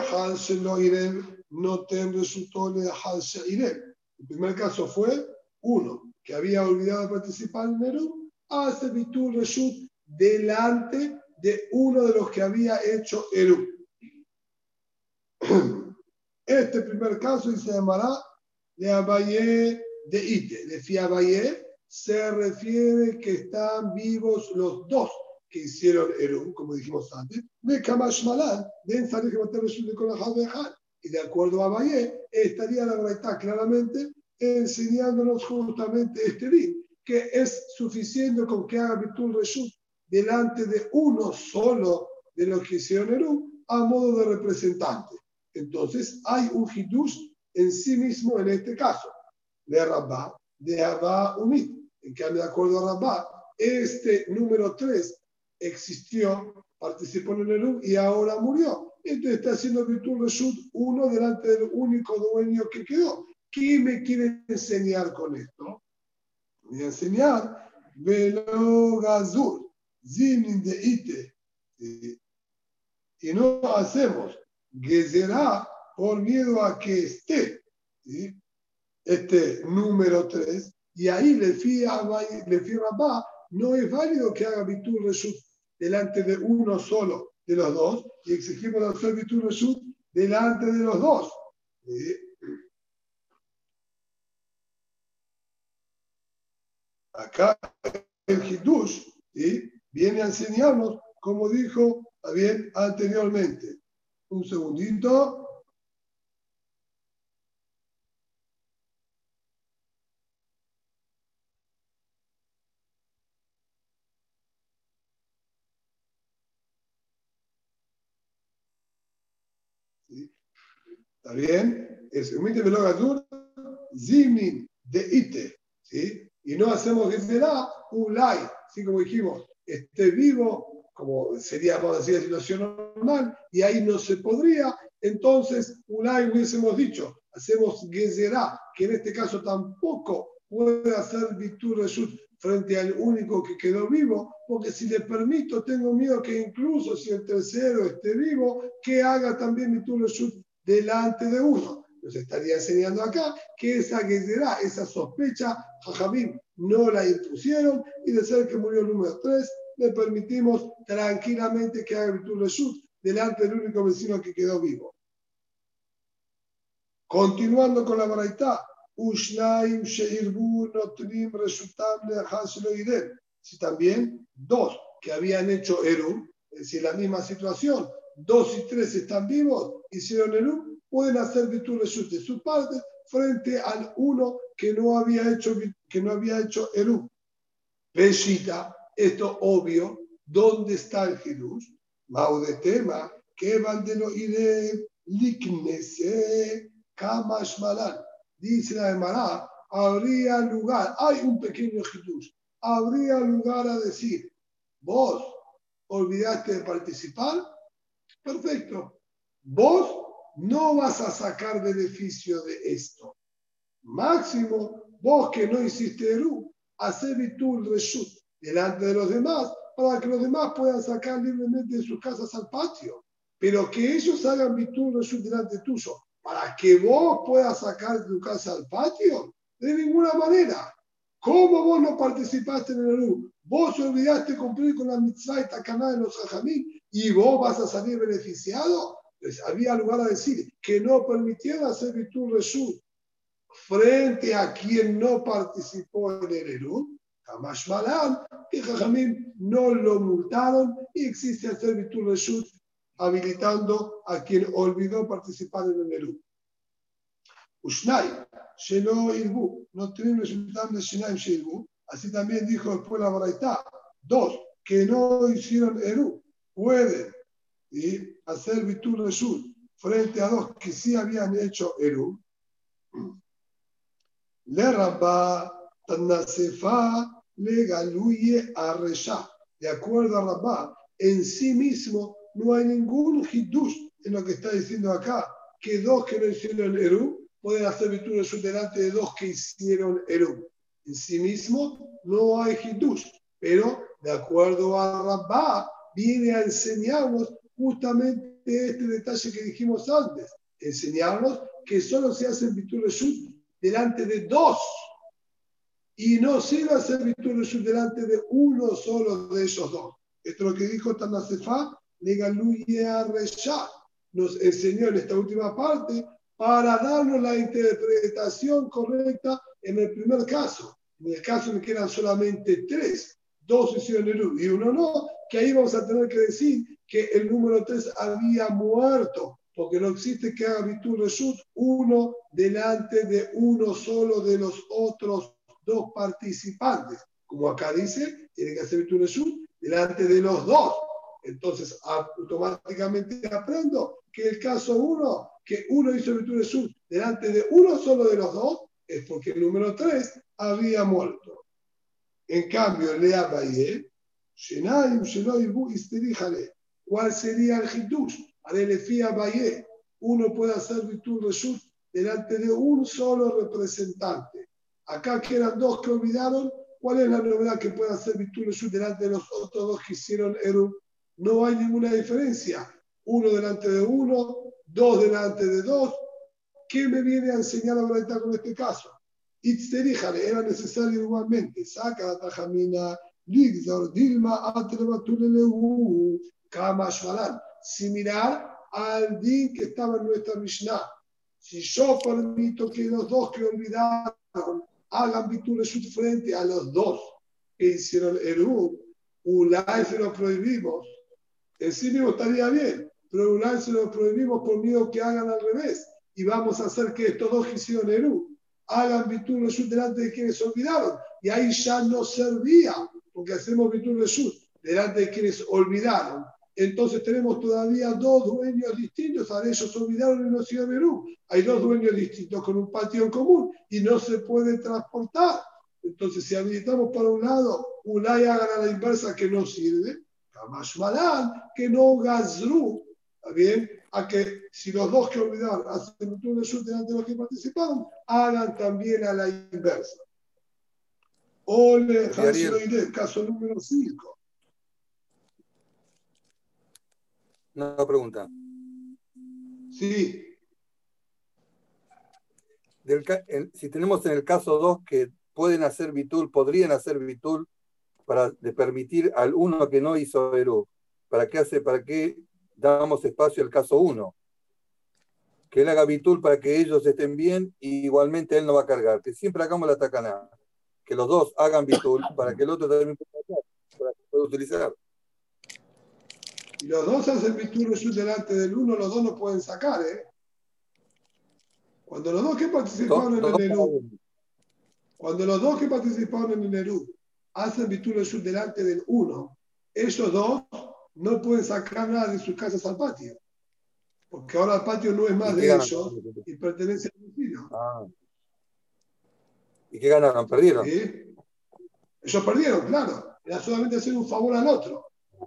S1: primer caso fue uno que había olvidado participar en Eru, hace bitul reshut delante de uno de los que había hecho Eru. Este primer caso y se llamará de Abayé de Ite. De Abayé se refiere que están vivos los 2 que hicieron Eru, como dijimos antes, de Kamash Malan, de Ensari que matar de Kolahad Bejar. Y de acuerdo a Abayé, estaría la verdad claramente enseñándonos justamente este din, que es suficiente con que haga bitul reshut delante de uno solo de los que hicieron Eru a modo de representante. Entonces hay un hidush en sí mismo en este caso, de Rabá, de Abba Umit. En cambio, de acuerdo a Rabá, este número 3 existió, participó en el Eru y ahora murió. Entonces está haciendo bitul reshut uno delante del único dueño que quedó. ¿Qué me quiere enseñar con esto? Voy a enseñar Velo Gazur, Zinin de Ite. Y no hacemos Gezerá por miedo a que esté ¿sí? Este número 3, y ahí le fía Rabá, no es válido que haga bitul reshut delante de uno solo de los 2, y exigimos hacer bitul reshut delante de los 2. ¿Sí? Acá el Hidush ¿sí? Viene a enseñarnos, como dijo bien anteriormente. Un segundito. ¿Sí? ¿Está bien? Es humilde velogadur, zimnin de ite. ¿Sí? Y no hacemos que será un like, así como dijimos, esté vivo como sería, vamos a decir, la situación normal, y ahí no se podría, entonces, Ulay hubiésemos dicho, hacemos Gezerá, que en este caso tampoco puede hacer Bitul Reshut frente al único que quedó vivo, porque si le permito, tengo miedo que incluso si el tercero esté vivo, que haga también Bitul Reshut delante de uno. Nos estaría enseñando acá que esa Gezerá, esa sospecha, Jajamim no la impusieron, y de ser que murió el número 3, le permitimos tranquilamente que haga Bitul Reshut delante del único vecino que quedó vivo. Continuando con la baraitá, Ushnaim Sheirbu Notrim Reshutam Leachar Shelo Yireh. Si también dos que habían hecho Eru, es decir, la misma situación, 2 y 3 están vivos, hicieron Eru, pueden hacer Bitul Reshut de su parte frente al uno que no había hecho Eru. Peshita, esto obvio, ¿dónde está el Hidush? Maude tema, que van de no iré liknese kamash malan. Dice la Gemara, habría lugar, hay un pequeño Hidush, habría lugar a decir, vos olvidaste de participar, perfecto, vos no vas a sacar beneficio de esto. Máximo, vos que no hiciste Eru, hacer Bitul Reshut delante de los demás para que los demás puedan sacar libremente de sus casas al patio. Pero que ellos hagan Bitul Reshut delante tuyo para que vos puedas sacar de tu casa al patio, de ninguna manera. ¿Cómo vos no participaste en el Eru? Vos olvidaste cumplir con la mitzvah y takaná de los hajamim y vos vas a salir beneficiado. Pues había lugar a decir que no permitieron hacer Bitul Reshut frente a quien no participó en el Eru, Kamash Malan, que Jajamim no lo multaron y existe hacer Bitul Reshut habilitando a quien olvidó participar en el Eru. Ushnai, Shelo Irbu, no tienen resultado de Shinaim Shirbu, así también dijo después la Baraitá, 2 que no hicieron Eru, pueden hacer Bitul Reshut frente a 2 que sí habían hecho Eru. Le Rabba Tanasefa le galuye a Resha. De acuerdo a Rabba, en sí mismo no hay ningún hidush en lo que está diciendo acá, que 2 que no hicieron Eru pueden hacer Bitul Reshut delante de 2 que hicieron Eru. En sí mismo no hay hidush, pero de acuerdo a Rabba viene a enseñarnos justamente este detalle que dijimos antes, enseñarnos que solo se hace Bitul Reshut delante de 2 y no sirve hacer Bitul Reshut delante de uno solo de esos 2. Esto es lo que dijo Tanasefa, Legaluye a Resha. Nos enseñó en esta última parte para darnos la interpretación correcta en el primer caso. En el caso en que eran solamente 3, 2 hicieron Eru y uno no, que ahí vamos a tener que decir que el número 3 había muerto, porque no existe que haga Bitul Reshut uno delante de uno solo de los otros 2 participantes. Como acá dice, tiene que hacer Bitul Reshut delante de los 2. Entonces, automáticamente aprendo que el caso 1, que uno hizo Bitul Reshut delante de uno solo de los 2, es porque el número 3 había muerto. En cambio, Lea Baye, Shenaim Shelo Irbu Isterijale. ¿Cuál sería el Hidush? Arelefía Baye, uno puede hacer Bitul Reshut delante de un solo representante. Acá que eran 2 que olvidaron, ¿cuál es la novedad que puede hacer Bitul Reshut delante de los otros 2 que hicieron Eru? No hay ninguna diferencia. 1 delante de 1, 2 delante de 2. ¿Qué me viene a enseñar la verdad con este caso? Itzterijale, era necesario igualmente. Saca la tajamina, Ligzor, Dilma, Atrebatulelehu, Kamash Malan. Similar al din que estaba en nuestra Mishnah. Si yo permito que los 2 que olvidaron hagan Bitul Reshut frente a los 2 que hicieron Eru, Ulay se lo prohibimos. En sí mismo estaría bien, pero Ulay se lo prohibimos por miedo que hagan al revés. Y vamos a hacer que estos 2 que hicieron Eru hagan Bitul Reshut delante de quienes olvidaron. Y ahí ya no servía, porque hacemos Bitul Reshut delante de quienes olvidaron. Entonces tenemos todavía 2 dueños distintos. Ahora ellos olvidaron y no hicieron Eru. Hay 2 dueños distintos con un patio en común y no se puede transportar. Entonces, si habilitamos para un lado, Ulay hagan a la inversa que no sirve. Kamashmalan, que no gazru, ¿está bien? A que si los dos que olvidaron hacen bitul reshut delante de los que participaron, hagan también a la inversa. Ole, caso número 5.
S6: Una pregunta.
S1: Sí.
S6: Si tenemos en el caso 2 que pueden hacer bitul, podrían hacer bitul para permitir al uno que no hizo Eru, ¿para qué damos espacio al caso 1? Que él haga bitul para que ellos estén bien y igualmente él no va a cargar. Que siempre hagamos la tacaná. Que los dos hagan bitul para que el otro también pueda utilizar.
S1: Y los dos hacen bitul reshut delante del uno, los dos no pueden sacar, ¿eh? Cuando los dos que participaron en el Eru, hacen bitul reshut delante del uno, esos dos no pueden sacar nada de sus casas al patio. Porque ahora el patio no es más de ellos y pertenece al vecino.
S6: ¿Y qué ganaron? ¿Perdieron?
S1: ¿Sí? Ellos perdieron, claro. Era solamente hacer un favor al otro.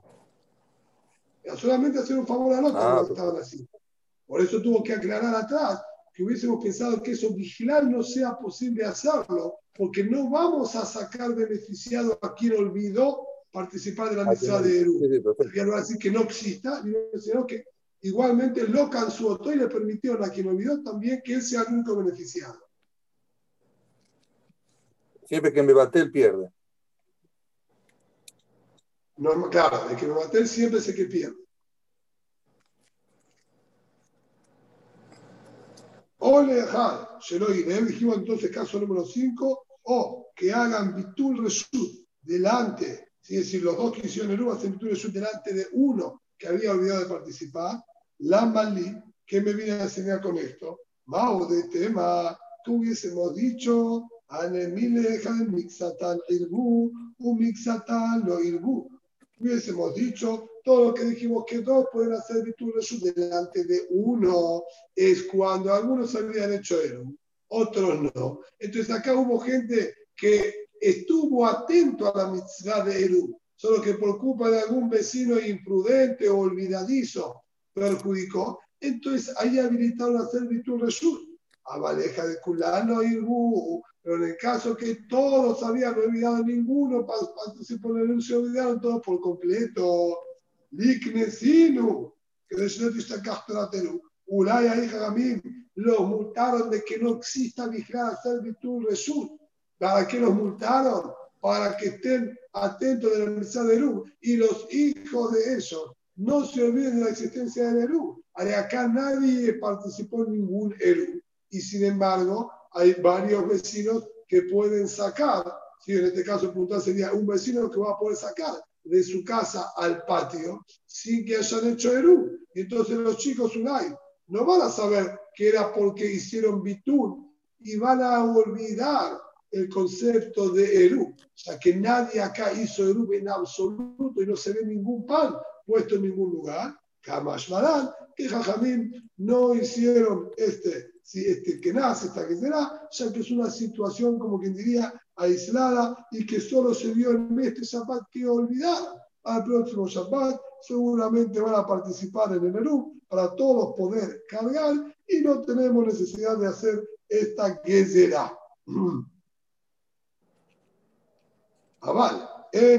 S1: Cuando estaban así. Por eso tuvo que aclarar atrás que hubiésemos pensado que eso vigilar no sea posible hacerlo, porque no vamos a sacar beneficiado a quien olvidó participar de la mitzvah de Eru. Y ahora sí que no exista, sino que igualmente lo cansuotó y le permitieron a quien olvidó también que él sea el único beneficiado.
S6: Siempre que me bate, él pierde.
S1: No, claro, el que me bate siempre es el que pierde. Ole, dijimos entonces caso número 5, o que hagan bitul reshut delante, es decir, los dos que hicieron Eru hacen bitul reshut delante de uno que había olvidado de participar. La Malí, ¿qué me viene a enseñar con esto? Mao de tema, que hubiésemos dicho, Anemile Jan Mixatan Irbu, un Mixatan lo Irbu. Hubiésemos dicho, todo lo que dijimos que dos pueden hacer bitul reshut delante de uno, es cuando algunos habían hecho Eru, otros no. Entonces acá hubo gente que estuvo atento a la mitzvah de Eru, solo que por culpa de algún vecino imprudente o olvidadizo perjudicó, entonces ahí habilitaron a hacer bitul reshut. A Valeja de Culano y Ru, pero en el caso que todos habían olvidado ninguno, participó en el Eru, se olvidaron todos por completo. Liknesinu, que de eso no está Castorateru. Ulaya y Jagamín los multaron de que no exista vigilar hacer bitul reshut. ¿Para qué los multaron? Para que estén atentos de la mitzvah de Eru y los hijos de ellos no se olviden de la existencia del Eru. Acá nadie participó en ningún Eru y sin embargo hay varios vecinos que pueden sacar, si en este caso puntual sería un vecino que va a poder sacar de su casa al patio sin que hayan hecho Eru. Y entonces los chicos Unai no van a saber que era porque hicieron bitul y van a olvidar el concepto de Eru. O sea que nadie acá hizo Eru en absoluto y no se ve ningún pan puesto en ningún lugar. Kamashmalan, que Jajamín no hicieron este que nace, esta que será, ya que es una situación, como quien diría, aislada y que solo se dio en este Shabbat que olvidaron. Al próximo Shabbat seguramente van a participar en el Eru para todos poder cargar y no tenemos necesidad de hacer esta Gezerá. Aval,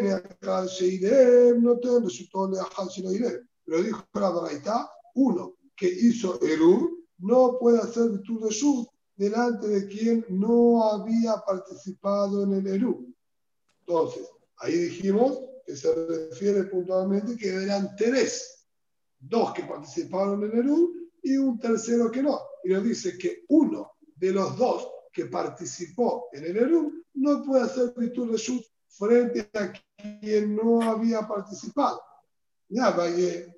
S1: no te resultó de Ajal si no iré. Pero dijo la Baraita, uno que hizo Eru no puede hacer bitul reshut delante de quien no había participado en el Eru. Entonces, ahí dijimos que se refiere puntualmente que eran tres, dos que participaron en el Eru y un tercero que no. Y nos dice que uno de los dos que participó en el Eru no puede hacer bitul reshut frente a quien no había participado. Ya vaya,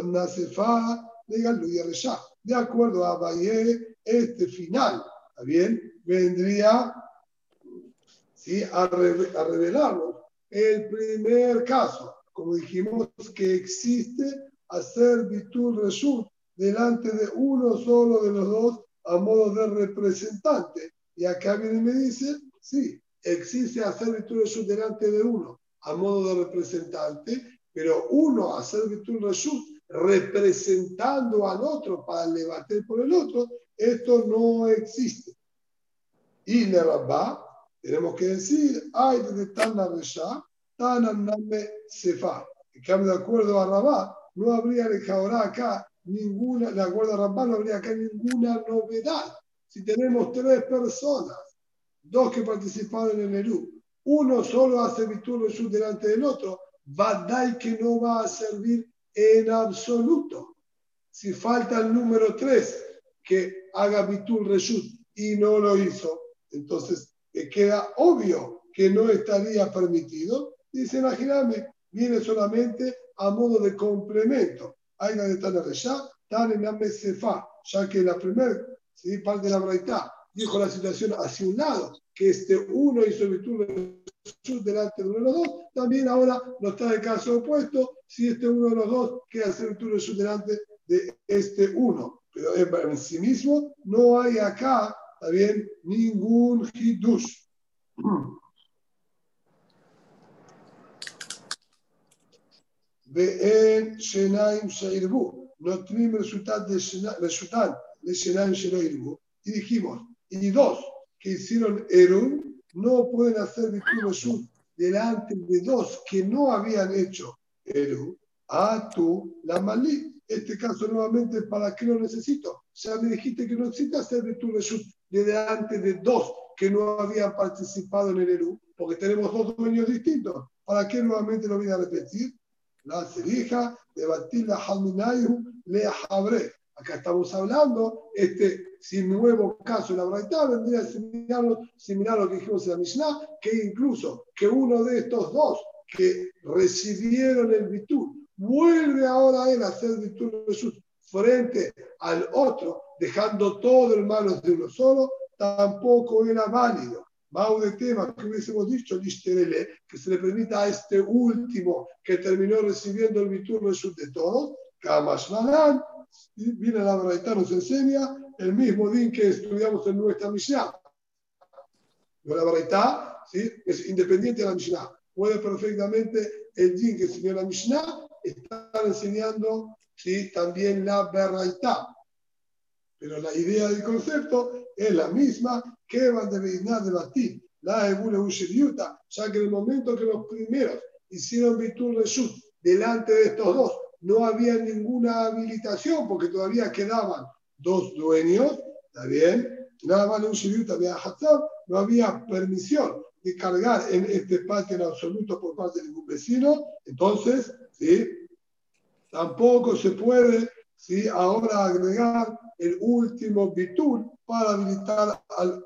S1: de acuerdo a Valle, este final, ¿está bien? Vendría, ¿sí?, a revelarnos el primer caso, como dijimos, que existe hacer bitul reshut delante de uno solo de los dos a modo de representante. Y acá viene y me dice, sí, existe hacer bitul reshut delante de uno a modo de representante Pero uno hacer bitul reshut representando al otro para debatir por el otro, esto no existe. Y le Rabá, tenemos que decir, ay de Tana Resha, Tana Name Sefa. En cambio, de acuerdo a Rabá, no habría ahora acá ninguna, de acuerdo a Rabá, no habría acá ninguna novedad. Si tenemos 3 personas, 2 que participaron en el Eru, uno solo hace bitul reshut delante del otro, Vadai que no va a servir en absoluto. Si falta el número 3 que haga bitul reshut y no lo hizo, entonces queda obvio que no estaría permitido. Dice, imagíname, viene solamente a modo de complemento. Hay una de Tana Resha, Tana Name Sefa, ya que la primera parte de la Braitá dijo la situación hacia un lado, que uno hizo bitul reshut delante de uno de los dos, también ahora no está el caso opuesto, si uno de los dos quiere hacer bitul reshut delante de uno. Pero en sí mismo no hay acá, ¿está bien?, ningún hidush. Ve'en shenaim she'irbu, notrim resultat de shenaim she'irbu. Y dijimos, y 2 que hicieron Erun no pueden hacer bitul reshut delante de 2 que no habían hecho Erun. Tú la malí. Este caso nuevamente, ¿para qué lo necesito? Ya me dijiste que no necesita hacer bitul reshut delante de 2 que no habían participado en el Eru, porque tenemos 2 dueños distintos. ¿Para qué nuevamente lo voy a repetir? La serija de Batila Halminayu le Habre. Acá estamos hablando, sin nuevo caso en la Braitá, vendría similar a lo que dijimos en la Mishnah, que incluso que uno de estos 2 que recibieron el bitul vuelve ahora a él a hacer bitul reshut frente al otro, dejando todo el manos de uno solo, tampoco era válido. Mau de tema que hubiésemos dicho, que se le permita a este último que terminó recibiendo el bitul reshut de todos, Kamashmalan, viene la Braitá, nos enseña el mismo din que estudiamos en nuestra Mishnah. La Braitá, ¿sí?, es independiente de la Mishnah. Puede perfectamente el din que enseñó la Mishnah estar enseñando, ¿sí?, también la Braitá. Pero la idea del concepto es la misma que van de Beinat de Batir, la Ebule Ushiriuta, ya que en el momento que los primeros hicieron bitul reshut delante de estos 2, no había ninguna habilitación porque todavía quedaban 2 dueños, ¿está bien? Nada más Ushiriuta había Hatzab, no había permisión de cargar en este patio en absoluto por parte de ningún vecino, entonces, ¿sí?, tampoco se puede, ¿sí?, ahora agregar el último bitul para habilitar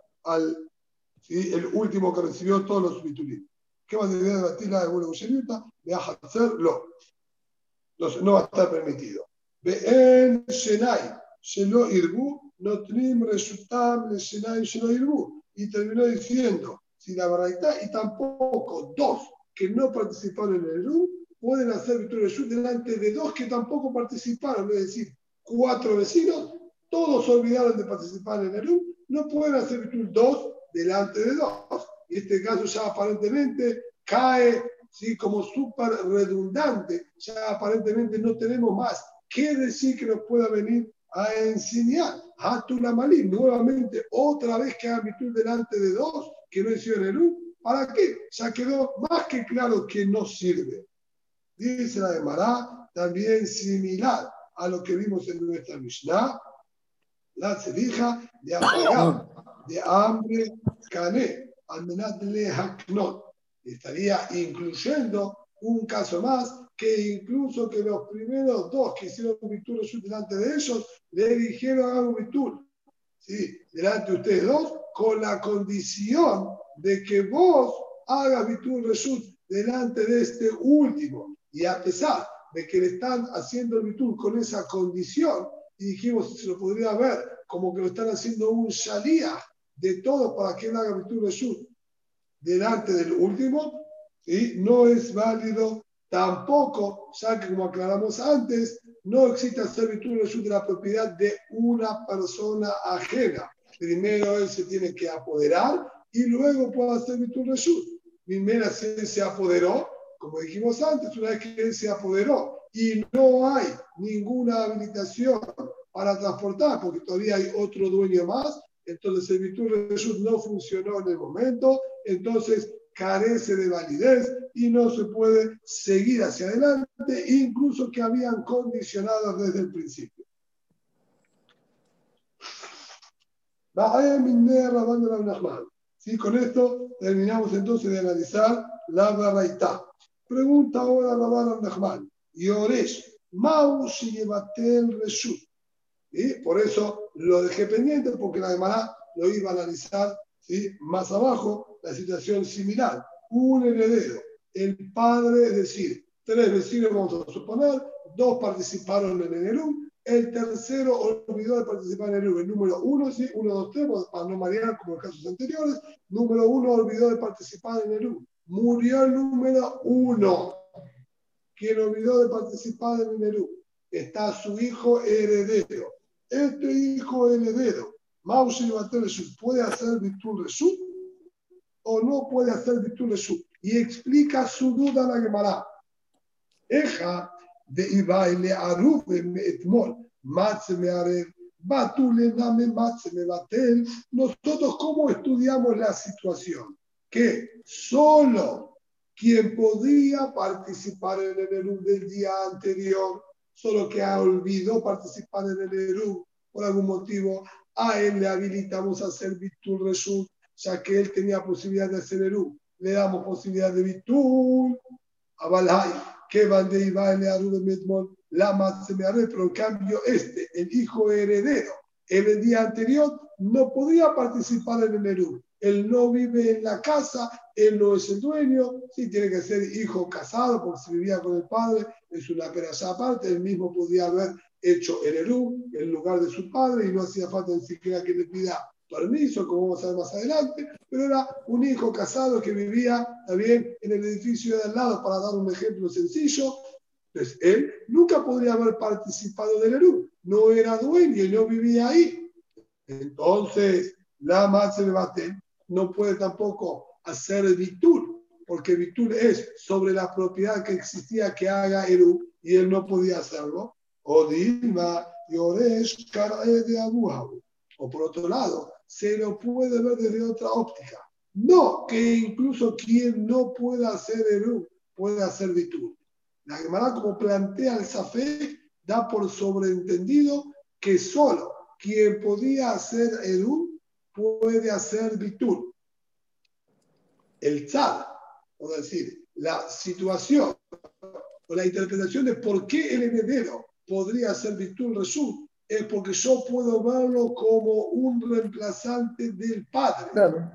S1: ¿sí?, el último que recibió todos los bitulim. ¿Qué va a debatir la de Bule Usheriuta? Voy a hacerlo. Entonces, no va a estar permitido. Ve'en shenai shelo irbu, notrim reshutam le shenai shelo irbu. Y terminó diciendo, si la Braitá y tampoco 2 que no participaron en el Eru pueden hacer bitul reshut delante de 2 que tampoco participaron, es decir, 4 vecinos, todos olvidaron de participar en el Eru, no pueden hacer bitul 2 delante de 2. Y este caso ya aparentemente cae, ¿sí?, como súper redundante, ya aparentemente no tenemos más qué decir que nos pueda venir a enseñar. Hatula Malí, nuevamente, otra vez que hagan bitul delante de 2 que no hicieron el Eru. ¿Para qué? Ya quedó más que claro que no sirve. Dice la Gemara, también similar a lo que vimos en nuestra Mishnah, la serija de apagar de hambre cané, almenat le haknot. Estaría incluyendo un caso más, que incluso que los primeros 2 que hicieron bitul reshut delante de ellos, le dijeron hagan un bitul, ¿sí?, delante de ustedes 2, con la condición de que vos hagas bitul reshut delante de este último. Y a pesar de que le están haciendo el bitul con esa condición, y dijimos, se lo podría ver como que lo están haciendo un shaliach de todo para que él haga bitul reshut delante del último, ¿sí?, no es válido tampoco, ya que como aclaramos antes, no existe hacer bitul reshut de la propiedad de una persona ajena. Primero él se tiene que apoderar y luego puede hacer bitul reshut. Primero se apoderó, como dijimos antes, una vez que él se apoderó y no hay ninguna habilitación para transportar, porque todavía hay otro dueño más, entonces el Bitul Reshut no funcionó en el momento, entonces carece de validez y no se puede seguir hacia adelante, incluso que habían condicionado desde el principio. Sí, con esto terminamos entonces de analizar la Baraitá. Pregunta ahora Rabban Nachman. Yoresh, Mau Shiyebatel Reshut. Por eso lo dejé pendiente, porque la Gemara lo iba a analizar, ¿sí?, más abajo, la situación similar. Un heredero, el padre, es decir, 3 vecinos, vamos a suponer, 2 participaron en el Erum, el tercero olvidó de participar en el Erum. El número 1, ¿sí?, 1, 2, 3, para no marear como en casos anteriores, número 1 olvidó de participar en el Erum. Murió el número 1, quien olvidó de participar en el Erum. Está su hijo heredero. Este hijo heredero, Maushi Batel Reshut, ¿puede hacer Bitul Reshut o no puede hacer Bitul Reshut? Y explica su duda a la Gemara. Eja de Ibaile Arube Etmol, Matze me Arev, Batule Name Matze me Batel. Nosotros, ¿cómo estudiamos la situación? Que solo quien podía participar en el Eruv del día anterior, solo que olvidó participar en el Eruv por algún motivo, a él le habilitamos a hacer Bitul Reshut, ya que él tenía posibilidad de hacer Eruv. Le damos posibilidad de Bitul, a Balhai, que van de Ibaile a Rubén Metmol, la Matzemeare, pero en cambio el hijo heredero, en el día anterior no podía participar en el Eruv. Él no vive en la casa, él no es el dueño, sí tiene que ser hijo casado, porque si vivía con el padre, es una perashá aparte, él mismo podía haber hecho el Eruv en lugar de su padre y no hacía falta ni siquiera que le pida permiso, como vamos a ver más adelante, pero era un hijo casado que vivía también en el edificio de al lado, para dar un ejemplo sencillo. Entonces, él nunca podría haber participado del Eruv, no era dueño y no vivía ahí. Entonces, la Matze Batel no puede tampoco hacer el Bitul, porque Bitul es sobre la propiedad que existía que haga Eruv y él no podía hacerlo. O Dilma, Yoresh, Karae de Abuhabu. O por otro lado, se lo puede ver desde otra óptica. No que incluso quien no pueda hacer Eruv puede hacer Bitul. La Gemara, como plantea el Safek, da por sobreentendido que solo quien podía hacer Eruv puede hacer Bitul. El tzad, es decir, la situación o la interpretación de por qué el heredero podría hacer Bitul Reshut es porque yo puedo verlo como un reemplazante del padre.
S5: Claro.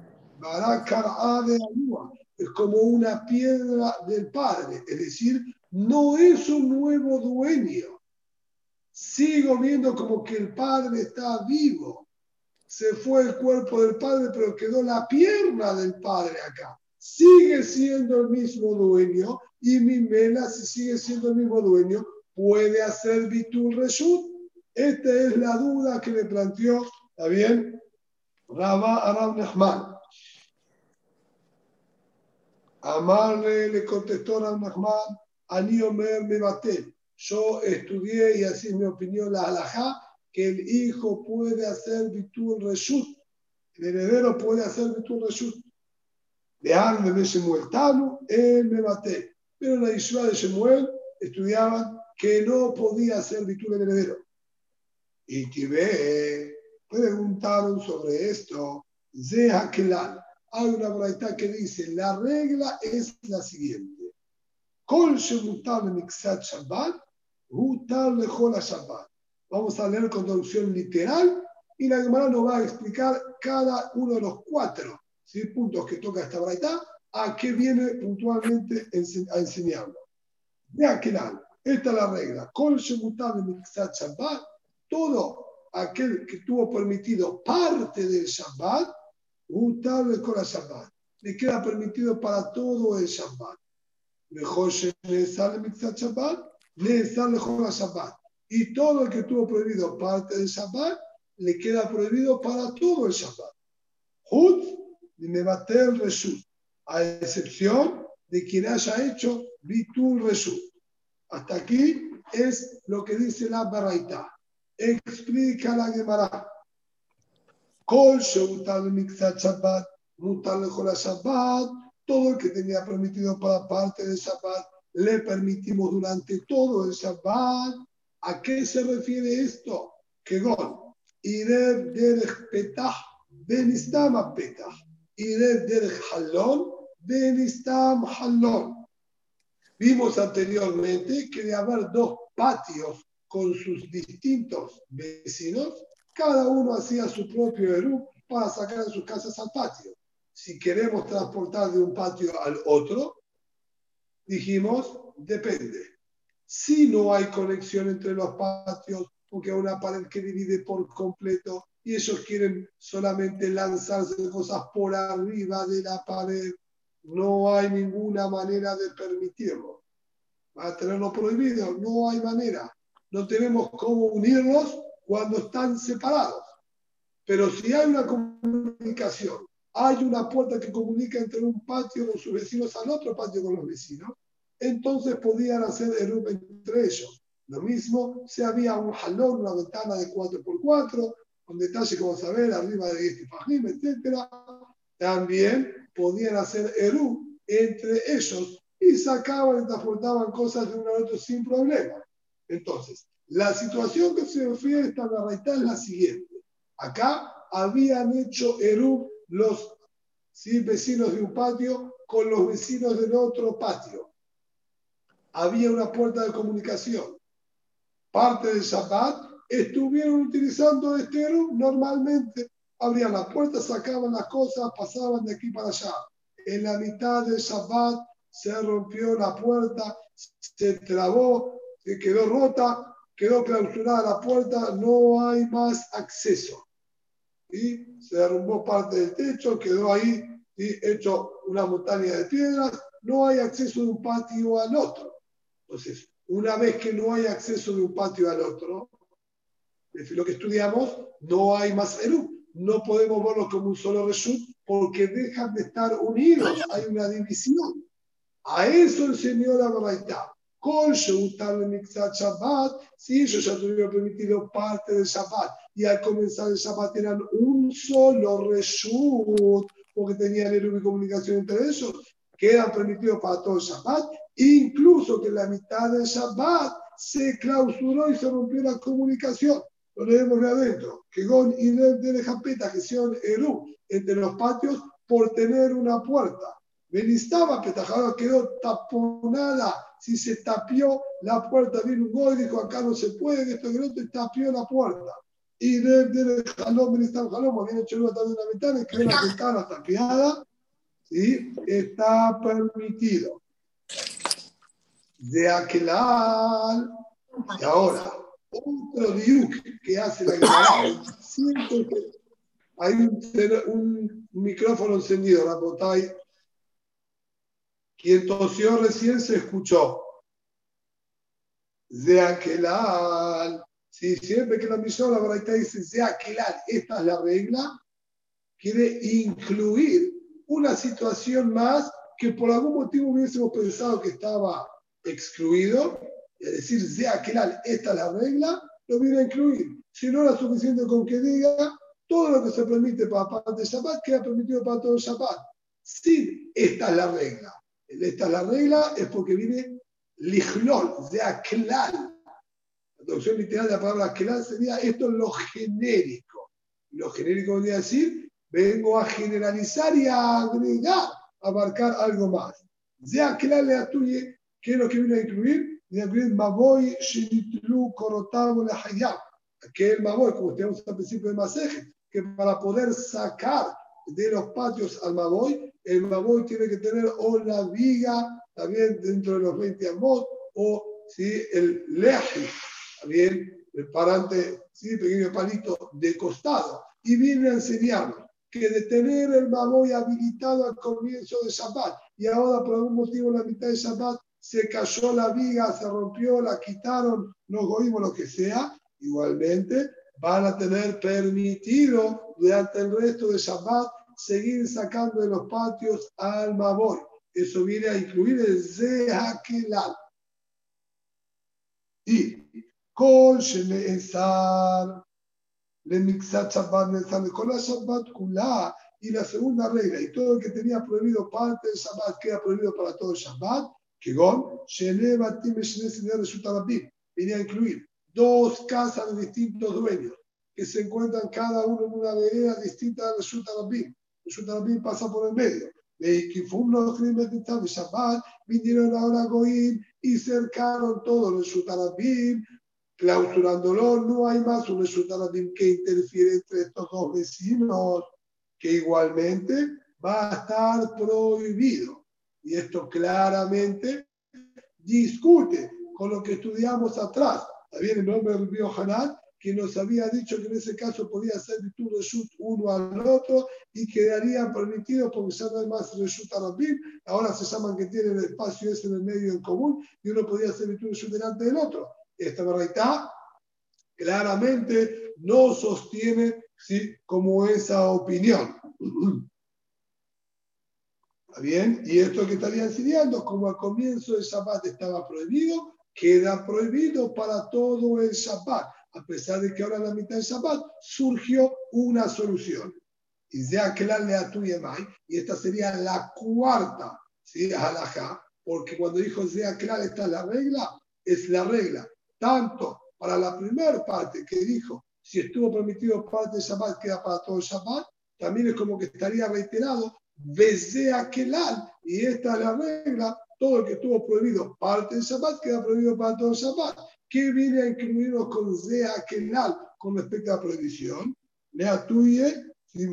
S1: Es como una piedra del padre, es decir, no es un nuevo dueño. Sigo viendo como que el padre está vivo. Se fue el cuerpo del padre, pero quedó la pierna del padre acá. Sigue siendo el mismo dueño y mi mela, si sigue siendo el mismo dueño, puede hacer Bitul Reshut. Esta es la duda que le planteó, ¿está bien? Rabban Nachman. Amarle le contestó Rabban Nachman, Ani Omer me batel. Yo estudié y así es mi opinión la halajá, que el hijo puede hacer Bitul Reshut. El heredero puede hacer Bitul Reshut. De Arne de Shemuel Tanu, él me baté. Pero en la Yeshiva de Shemuel estudiaban que no podía hacer Bitul el heredero. Y Tibé preguntaron sobre esto. Zeha Kelal. Hay una braita que dice, la regla es la siguiente. Kol shemutar mixat Shabbat, hutar lechol Shabbat. Vamos a leer con traducción literal y la Gemara nos va a explicar cada uno de los 4 puntos que toca esta braita, a qué viene puntualmente a enseñarlo. Zeha Kelal. Esta es la regla. Kol shemutar mixat Shabbat. Todo aquel que tuvo permitido parte del Shabbat, le queda permitido para todo el Shabbat. Y todo el que tuvo prohibido parte del Shabbat, le queda prohibido para todo el Shabbat. A excepción de quien haya hecho Bitul Reshut. Hasta aquí es lo que dice la Baraita. Explica la Gemara. Kol sheutal mixat Shabbat, mutal lechol Shabbat. Todo el que tenía permitido para parte del Shabbat, le permitimos durante todo el Shabbat. ¿A qué se refiere esto? Que gol. Irev derech petah, benistam a petah. Irev derech halon, benistam halon. Vimos anteriormente que de haber dos patios con sus distintos vecinos, cada uno hacía su propio eruv para sacar de sus casas al patio. Si queremos transportar de un patio al otro, dijimos, depende. Si no hay conexión entre los patios, porque hay una pared que divide por completo y ellos quieren solamente lanzarse cosas por arriba de la pared, no hay ninguna manera de permitirlo. Va a tenerlo prohibido, no hay manera. No tenemos cómo unirlos cuando están separados. Pero si hay una comunicación, hay una puerta que comunica entre un patio con sus vecinos al otro patio con los vecinos, entonces podían hacer eruv entre ellos. Lo mismo si había un jalón, una ventana de 4x4, con detalle como saber, arriba de 10 tifajim, etc. También podían hacer eruv entre ellos y sacaban y transportaban cosas de uno al otro sin problema. Entonces, la situación que se refiere a esta baraita es la siguiente. Acá habían hecho eruv los vecinos de un patio con los vecinos del otro patio. Había una puerta de comunicación. Parte del Shabbat estuvieron utilizando este eruv normalmente. Abrían la puerta, sacaban las cosas, pasaban de aquí para allá. En la mitad del Shabbat se rompió la puerta, se trabó, se quedó rota, quedó clausurada la puerta, no hay más acceso. Y se derrumbó parte del techo, quedó ahí hecho una montaña de piedras, no hay acceso de un patio al otro. Entonces, una vez que no hay acceso de un patio al otro, lo que estudiamos, no hay más eruv. No podemos verlos como un solo reshut porque dejan de estar unidos, hay una división. A eso enseñó la Baraita. Kol sheutar mixat Shabbat, si ellos ya tuvieron permitido parte del Shabbat y al comenzar el Shabbat eran un solo reshut, porque tenían eruv y comunicación entre ellos, quedan permitidos para todo el Shabbat, incluso que en la mitad del Shabbat se clausuró y se rompió la comunicación. Lo leemos de adentro. Que Gon y de Japeta, que son eruv entre los patios por tener una puerta. Benistaba Petajada quedó taponada. Si se tapió la puerta, vino un goy y dijo: acá no se puede, esto que no te tapió la puerta. Y de Jalón, Benistaba Jalón, habían hecho una también una ventana y quedó la ventana tapiada. ¿Sí? Está permitido. De Aquelal. Y ahora, otro diuk que hace la Gemara. Siento que hay un micrófono encendido, Rapotay. Quien tosió recién se escuchó. De Aquelal. Si siempre que la misión la Baraita dice de Aquelal, esta es la regla, quiere incluir una situación más que por algún motivo hubiésemos pensado que estaba excluido, es decir, de Aquelal, esta es la regla, lo viene a incluir. Si no era suficiente con que diga, todo lo que se permite para parte del Shabbat queda permitido para todo el Shabbat. Sí, esta es la regla. Esta es la regla es porque viene lichlol, de Aquelal. La traducción literal de la palabra Aquelal sería esto es lo genérico. Lo genérico vendría a decir, vengo a generalizar y a agregar, a abarcar algo más. De Aquelal le atuye, ¿qué es lo que viene a incluir? Viene a incluir Maboy, Shinitlu, Korotabo, Lehayab. Aquel Maboy, como tenemos al principio de Maseje, que para poder sacar de los patios al Maboy, el Maboy tiene que tener o la viga, también dentro de los 20 amot, o ¿sí? El leji, también el parante, ¿sí? Pequeño palito de costado. Y viene a enseñarnos que de tener el Maboy habilitado al comienzo de Shabbat, y ahora por algún motivo en la mitad de Shabbat se cayó la viga, se rompió, la quitaron, nos oímos lo que sea, igualmente van a tener permitido durante el resto de Shabbat seguir sacando de los patios al Maboy. eso viene a incluir el Zehakelal. Y Kol Shene'esar le Mixat Shabbat Ne'esar de Kol Shabbat Kulá. Y la segunda regla, y todo el que tenía prohibido parte del Shabbat queda prohibido para todo el Shabbat, que Gon Shene'batim Shene'esar resulta Rabim. Viene a incluir 2 casas de distintos dueños que se encuentran cada uno en una vereda distinta de Reshut Rabim. Reshut Rabim pasa por el medio. De Shabbat vinieron ahora Goim y cercaron todo Reshut Rabim, clausurándolo. No hay más un Reshut Rabim que interfiere entre estos dos vecinos, que igualmente va a estar prohibido. Y esto claramente discute con lo que estudiamos atrás. También el nombre del Río Hanan, que nos había dicho que en ese caso podía ser Bitul Reshut uno al otro y quedarían permitidos porque ya no hay más Reshut Rabim. Ahora se llaman que tienen el espacio ese en el medio en común y uno podía hacer Bitul Reshut delante del otro. Esta verdad claramente no sostiene, ¿sí?, como esa opinión. ¿Está bien? Y esto que estaría enseñando, como al comienzo del Shabbat estaba prohibido, queda prohibido para todo el Shabbat, a pesar de que ahora en la mitad del Shabbat surgió una solución. Y Zehakelal Leatu Yemai, y esta sería la cuarta, ¿sí?, halajá, porque cuando dijo Zehakelal, esta es la regla, tanto para la primera parte que dijo, si estuvo permitido parte del Shabbat, queda para todo el Shabbat, también es como que estaría reiterado, Zehakelal, y esta es la regla, todo el que estuvo prohibido parte del Shabbat queda prohibido para todo el Shabbat. ¿Qué viene a incluirnos con Zehakelal con respecto a la prohibición? Leatuye,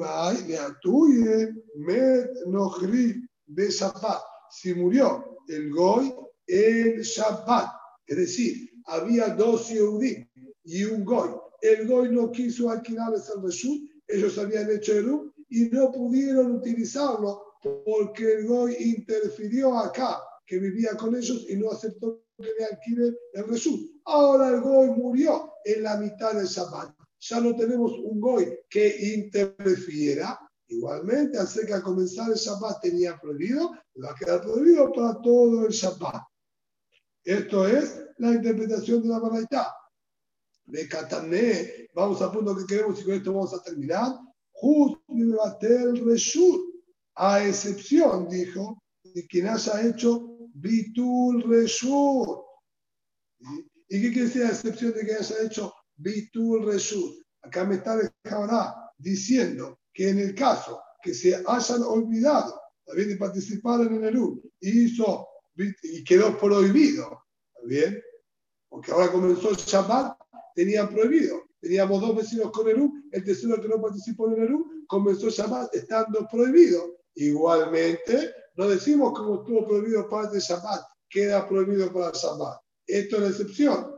S1: Met Nochri de Shabbat. Si murió el Goy en Shabbat, es decir, había 2 Yehudim y un Goy. El Goy no quiso alquilarles el Reshut, ellos habían hecho Eruv y no pudieron utilizarlo porque el Goy interfirió acá, que vivía con ellos y no aceptó que le alquilen el Reshut. Ahora el Goy murió en la mitad del Shabbat. Ya no tenemos un Goy que interfiera. Igualmente, al ser que al comenzar el Shabbat tenía prohibido, va a quedar prohibido para todo el Shabbat. Esto es la interpretación de la Baraitá. De Katané, vamos a punto que queremos y con esto vamos a terminar. Just el Reshut, a excepción, dijo, de quien haya hecho Bitul Reshut. ¿Y qué quiere decir a excepción de que haya hecho Bitul Reshut? Acá me está diciendo que en el caso que se hayan olvidado también de participar en el Eruv y quedó prohibido, ¿está bien? Porque ahora comenzó el Shabbat, tenían prohibido. Teníamos 2 vecinos con Eruv, el tercero que no participó en el Eruv comenzó el Shabbat estando prohibido. Igualmente, no decimos que como estuvo prohibido parte del Shabbat, queda prohibido para el Shabbat. Esto es la excepción.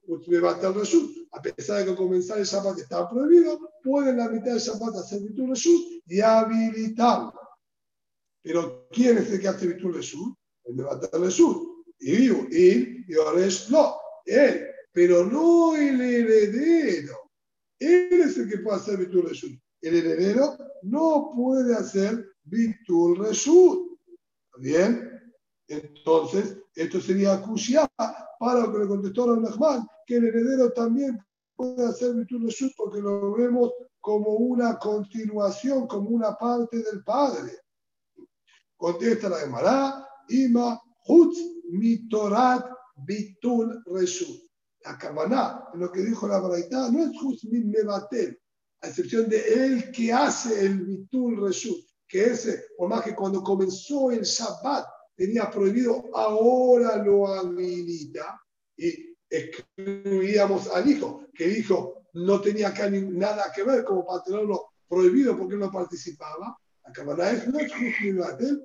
S1: A pesar de que al comenzar el Shabbat estaba prohibido, puede en la mitad del Shabbat hacer Bitul Reshut y habilitarlo. Pero ¿quién es el que hace Bitul Reshut? El Mevatel Reshut. Y Yoresh no, él, pero no el heredero. Él es el que puede hacer Bitul Reshut. El heredero no puede hacer Bitul Reshut. ¿Bien? Entonces, esto sería Kushia para lo que le contestó a Nachman, que el heredero también puede hacer Bitul Reshut porque lo vemos como una continuación, como una parte del padre. Contesta la Gemara, Ima Hutz Mitorat Bitul Reshut. La Kavaná, lo que dijo la Baraitá, no es Hutz Mevatel, a excepción de él que hace el Bitul Reshut, que ese, por más que cuando comenzó el Shabbat tenía prohibido, ahora lo habilita. Y excluíamos al hijo, que el hijo no tenía acá nada que ver como para tenerlo prohibido porque no participaba. La Kavaná es no es Hutz Mevatel,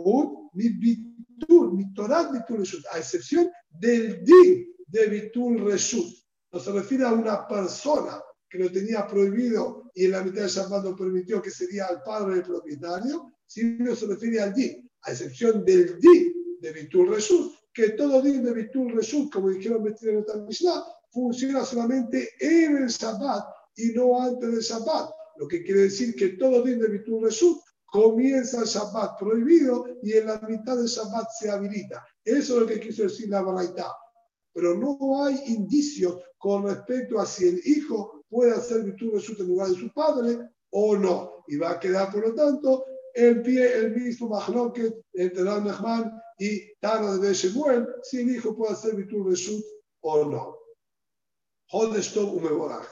S1: a excepción del din de Bitul Reshut. No se refiere a una persona que lo tenía prohibido y en la mitad del Shabbat lo permitió, que sería al padre del propietario, sino se refiere al din, a excepción del din de Bitul Reshut, que todo din de Bitul Reshut, como dijeron en otra Mishnah, funciona solamente en el Shabbat y no antes del Shabbat. Lo que quiere decir que todo din de Bitul Reshut, comienza el Shabbat prohibido y en la mitad del Shabbat se habilita. Eso es lo que quiso decir la Baraita. Pero no hay indicios con respecto a si el hijo puede hacer bitul reshut en lugar de su padre o no. Y va a quedar, por lo tanto, en pie el mismo mahloket entre Rab Nachman y Tana de Shemuel, si el hijo puede hacer bitul reshut o no. Hodesh Tov umevorach.